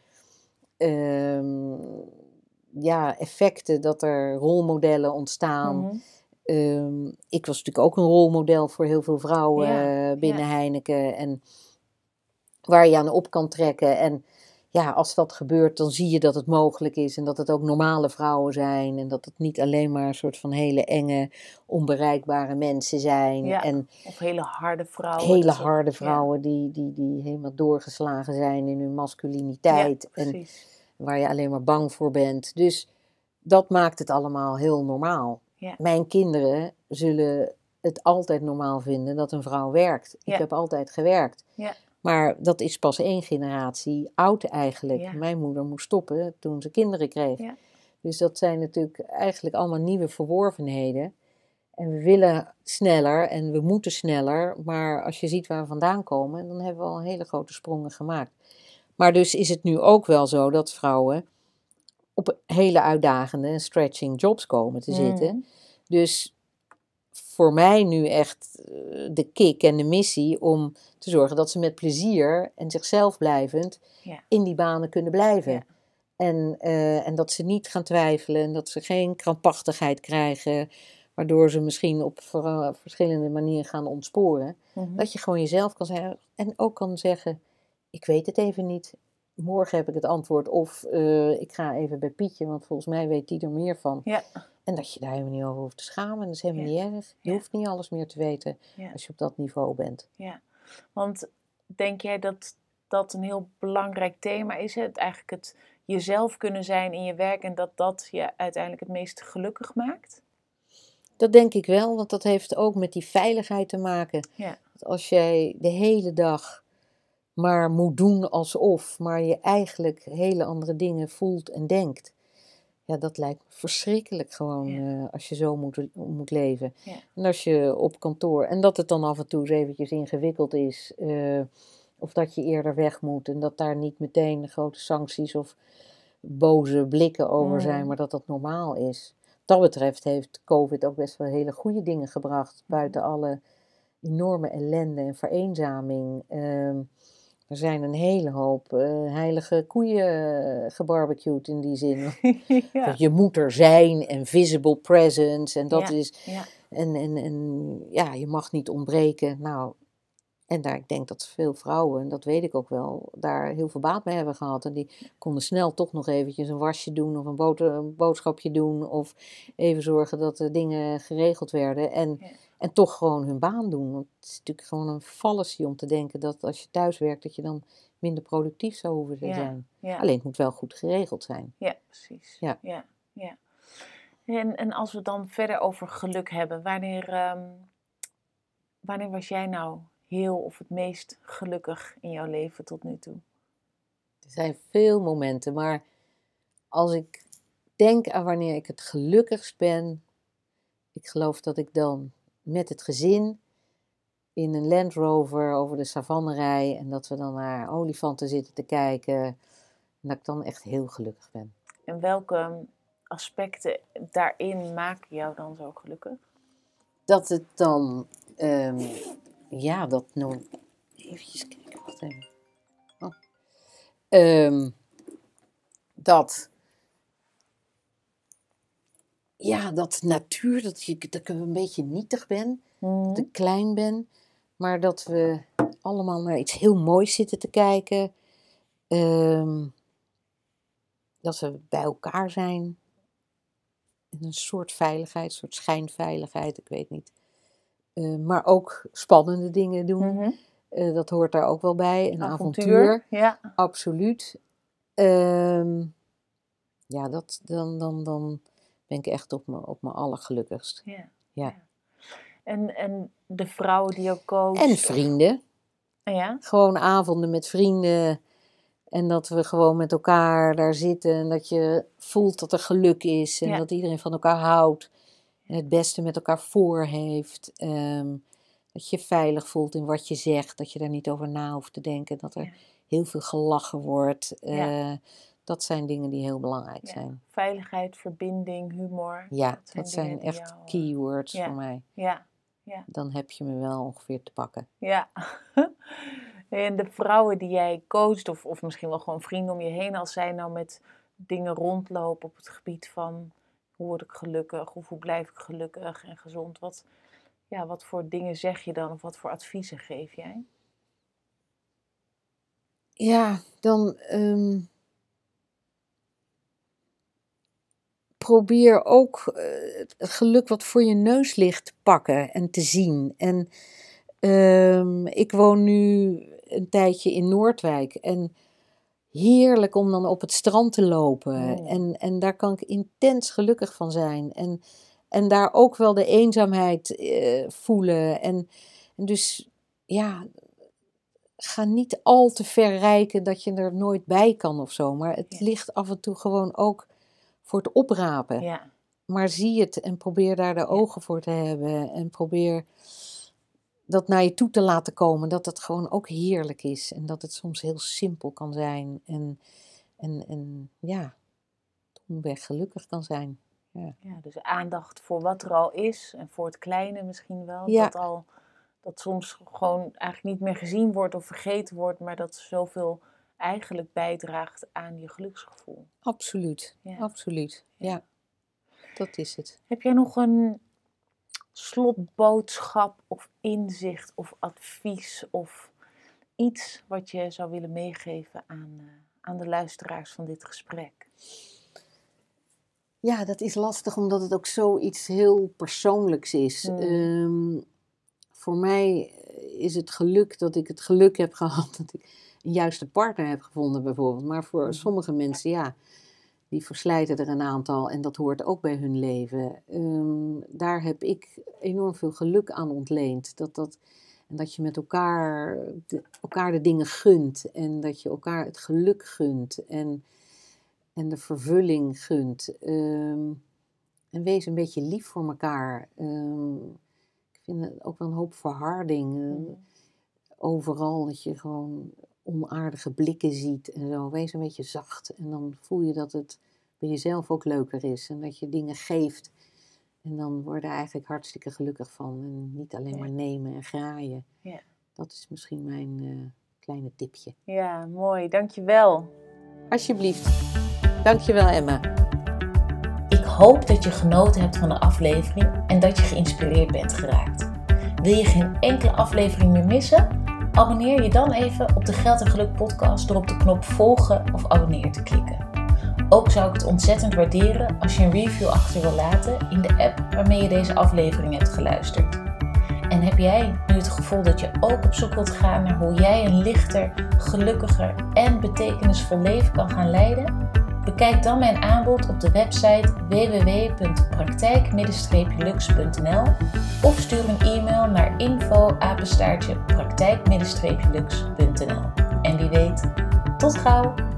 effecten, dat er rolmodellen ontstaan. Ik was natuurlijk ook een rolmodel voor heel veel vrouwen binnen Heineken en waar je aan op kan trekken. En als dat gebeurt, dan zie je dat het mogelijk is en dat het ook normale vrouwen zijn en dat het niet alleen maar een soort van hele enge, onbereikbare mensen zijn. Ja, of hele harde vrouwen. Hele harde vrouwen die helemaal doorgeslagen zijn in hun masculiniteit en waar je alleen maar bang voor bent. Dus dat maakt het allemaal heel normaal. Ja. Mijn kinderen zullen het altijd normaal vinden dat een vrouw werkt. Ja. Ik heb altijd gewerkt. Ja. Maar dat is pas 1 generatie oud eigenlijk. Ja. Mijn moeder moest stoppen toen ze kinderen kreeg. Ja. Dus dat zijn natuurlijk eigenlijk allemaal nieuwe verworvenheden. En we willen sneller en we moeten sneller. Maar als je ziet waar we vandaan komen, dan hebben we al hele grote sprongen gemaakt. Maar dus is het nu ook wel zo dat vrouwen op hele uitdagende en stretching jobs komen te zitten. Dus voor mij nu echt de kick en de missie om te zorgen dat ze met plezier en zichzelf blijvend in die banen kunnen blijven. Ja. En dat ze niet gaan twijfelen en dat ze geen krampachtigheid krijgen, waardoor ze misschien op verschillende manieren gaan ontsporen. Dat je gewoon jezelf kan zijn en ook kan zeggen, ik weet het even niet. Morgen heb ik het antwoord of ik ga even bij Pietje, want volgens mij weet die er meer van. Ja. En dat je daar helemaal niet over hoeft te schamen. Dat is helemaal niet erg. Je hoeft niet alles meer te weten als je op dat niveau bent. Ja, want denk jij dat dat een heel belangrijk thema is? Het eigenlijk het jezelf kunnen zijn in je werk en dat je uiteindelijk het meest gelukkig maakt? Dat denk ik wel, want dat heeft ook met die veiligheid te maken. Ja. Als jij de hele dag maar moet doen alsof, maar je eigenlijk hele andere dingen voelt en denkt. Ja, dat lijkt me verschrikkelijk gewoon als je zo moet leven. Ja. En als je op kantoor, en dat het dan af en toe eens eventjes ingewikkeld is, of dat je eerder weg moet en dat daar niet meteen grote sancties of boze blikken over zijn, maar dat dat normaal is. Wat dat betreft heeft COVID ook best wel hele goede dingen gebracht, buiten alle enorme ellende en vereenzaming. Er zijn een hele hoop heilige koeien gebarbecued in die zin. Ja. Je moet er zijn en visible presence en dat is. Ja. En ja, je mag niet ontbreken. Nou, en daar, ik denk dat veel vrouwen, en dat weet ik ook wel, daar heel veel baat bij hebben gehad. En die konden snel toch nog eventjes een wasje doen of een boodschapje doen. Of even zorgen dat de dingen geregeld werden. En toch gewoon hun baan doen. Want het is natuurlijk gewoon een fallacy om te denken dat als je thuis werkt, dat je dan minder productief zou hoeven te zijn. Ja. Alleen het moet wel goed geregeld zijn. Ja, precies. Ja. En als we het dan verder over geluk hebben, wanneer was jij nou heel of het meest gelukkig in jouw leven tot nu toe? Er zijn veel momenten, maar als ik denk aan wanneer ik het gelukkigst ben, ik geloof dat ik dan met het gezin in een Land Rover over de savanne rij en dat we dan naar olifanten zitten te kijken en dat ik dan echt heel gelukkig ben. En welke aspecten daarin maken jou dan zo gelukkig? Dat het dan, dat nou, eventjes kijken, wacht even. Dat natuur, dat ik een beetje nietig ben, dat ik klein ben, maar dat we allemaal naar iets heel moois zitten te kijken. Dat we bij elkaar zijn. Een soort veiligheid, een soort schijnveiligheid, ik weet niet. Maar ook spannende dingen doen. Dat hoort daar ook wel bij. Een avontuur. Ja. Absoluut. Dan ben ik echt op mijn allergelukkigst. Ja. En de vrouwen die ook coacht. En vrienden. Ja. Gewoon avonden met vrienden. En dat we gewoon met elkaar daar zitten. En dat je voelt dat er geluk is. En dat iedereen van elkaar houdt. En het beste met elkaar voor heeft. Dat je je veilig voelt in wat je zegt. Dat je daar niet over na hoeft te denken. Dat er heel veel gelachen wordt. Dat zijn dingen die heel belangrijk zijn. Veiligheid, verbinding, humor. Ja, dat zijn echt keywords voor mij. Ja. Dan heb je me wel ongeveer te pakken. Ja. En de vrouwen die jij coacht, of misschien wel gewoon vrienden om je heen, als zij nou met dingen rondlopen op het gebied van hoe word ik gelukkig of hoe blijf ik gelukkig en gezond, wat voor dingen zeg je dan of wat voor adviezen geef jij? Ja, dan probeer ook het geluk wat voor je neus ligt te pakken en te zien. En ik woon nu een tijdje in Noordwijk en heerlijk om dan op het strand te lopen. En daar kan ik intens gelukkig van zijn. En En daar ook wel de eenzaamheid voelen. En dus ja, ga niet al te ver reiken dat je er nooit bij kan of zo. Maar het ligt af en toe gewoon ook voor het oprapen. Ja. Maar zie het en probeer daar de ogen voor te hebben. En probeer dat naar je toe te laten komen. Dat het gewoon ook heerlijk is. En dat het soms heel simpel kan zijn. En ja, domweg gelukkig kan zijn. Ja. Ja, dus aandacht voor wat er al is. En voor het kleine misschien wel. Ja. Dat soms gewoon eigenlijk niet meer gezien wordt of vergeten wordt. Maar dat zoveel eigenlijk bijdraagt aan je geluksgevoel. Absoluut, absoluut. Ja, dat is het. Heb jij nog een slotboodschap of inzicht of advies of iets wat je zou willen meegeven aan de luisteraars van dit gesprek? Ja, dat is lastig omdat het ook zoiets heel persoonlijks is. Voor mij is het geluk dat ik het geluk heb gehad dat ik een juiste partner heb gevonden bijvoorbeeld. Maar voor sommige mensen, die verslijten er een aantal en dat hoort ook bij hun leven. Daar heb ik enorm veel geluk aan ontleend. En dat je met elkaar de dingen gunt en dat je elkaar het geluk gunt en de vervulling gunt. En wees een beetje lief voor elkaar. Ik vind het ook wel een hoop verharding. Overal dat je gewoon onaardige blikken ziet en zo. Wees een beetje zacht en dan voel je dat het bij jezelf ook leuker is. En dat je dingen geeft. En dan word je er eigenlijk hartstikke gelukkig van. En niet alleen maar nemen en graaien. Ja. Dat is misschien mijn kleine tipje. Ja, mooi. Dankjewel. Alsjeblieft. Dankjewel, Emma. Ik hoop dat je genoten hebt van de aflevering en dat je geïnspireerd bent geraakt. Wil je geen enkele aflevering meer missen? Abonneer je dan even op de Geld en Geluk podcast door op de knop volgen of abonneer te klikken. Ook zou ik het ontzettend waarderen als je een review achter wil laten in de app waarmee je deze aflevering hebt geluisterd. En heb jij nu het gevoel dat je ook op zoek wilt gaan naar hoe jij een lichter, gelukkiger en betekenisvol leven kan gaan leiden? Bekijk dan mijn aanbod op de website www.praktijk-lux.nl of stuur een e-mail naar info@praktijk-lux.nl. En wie weet, tot gauw!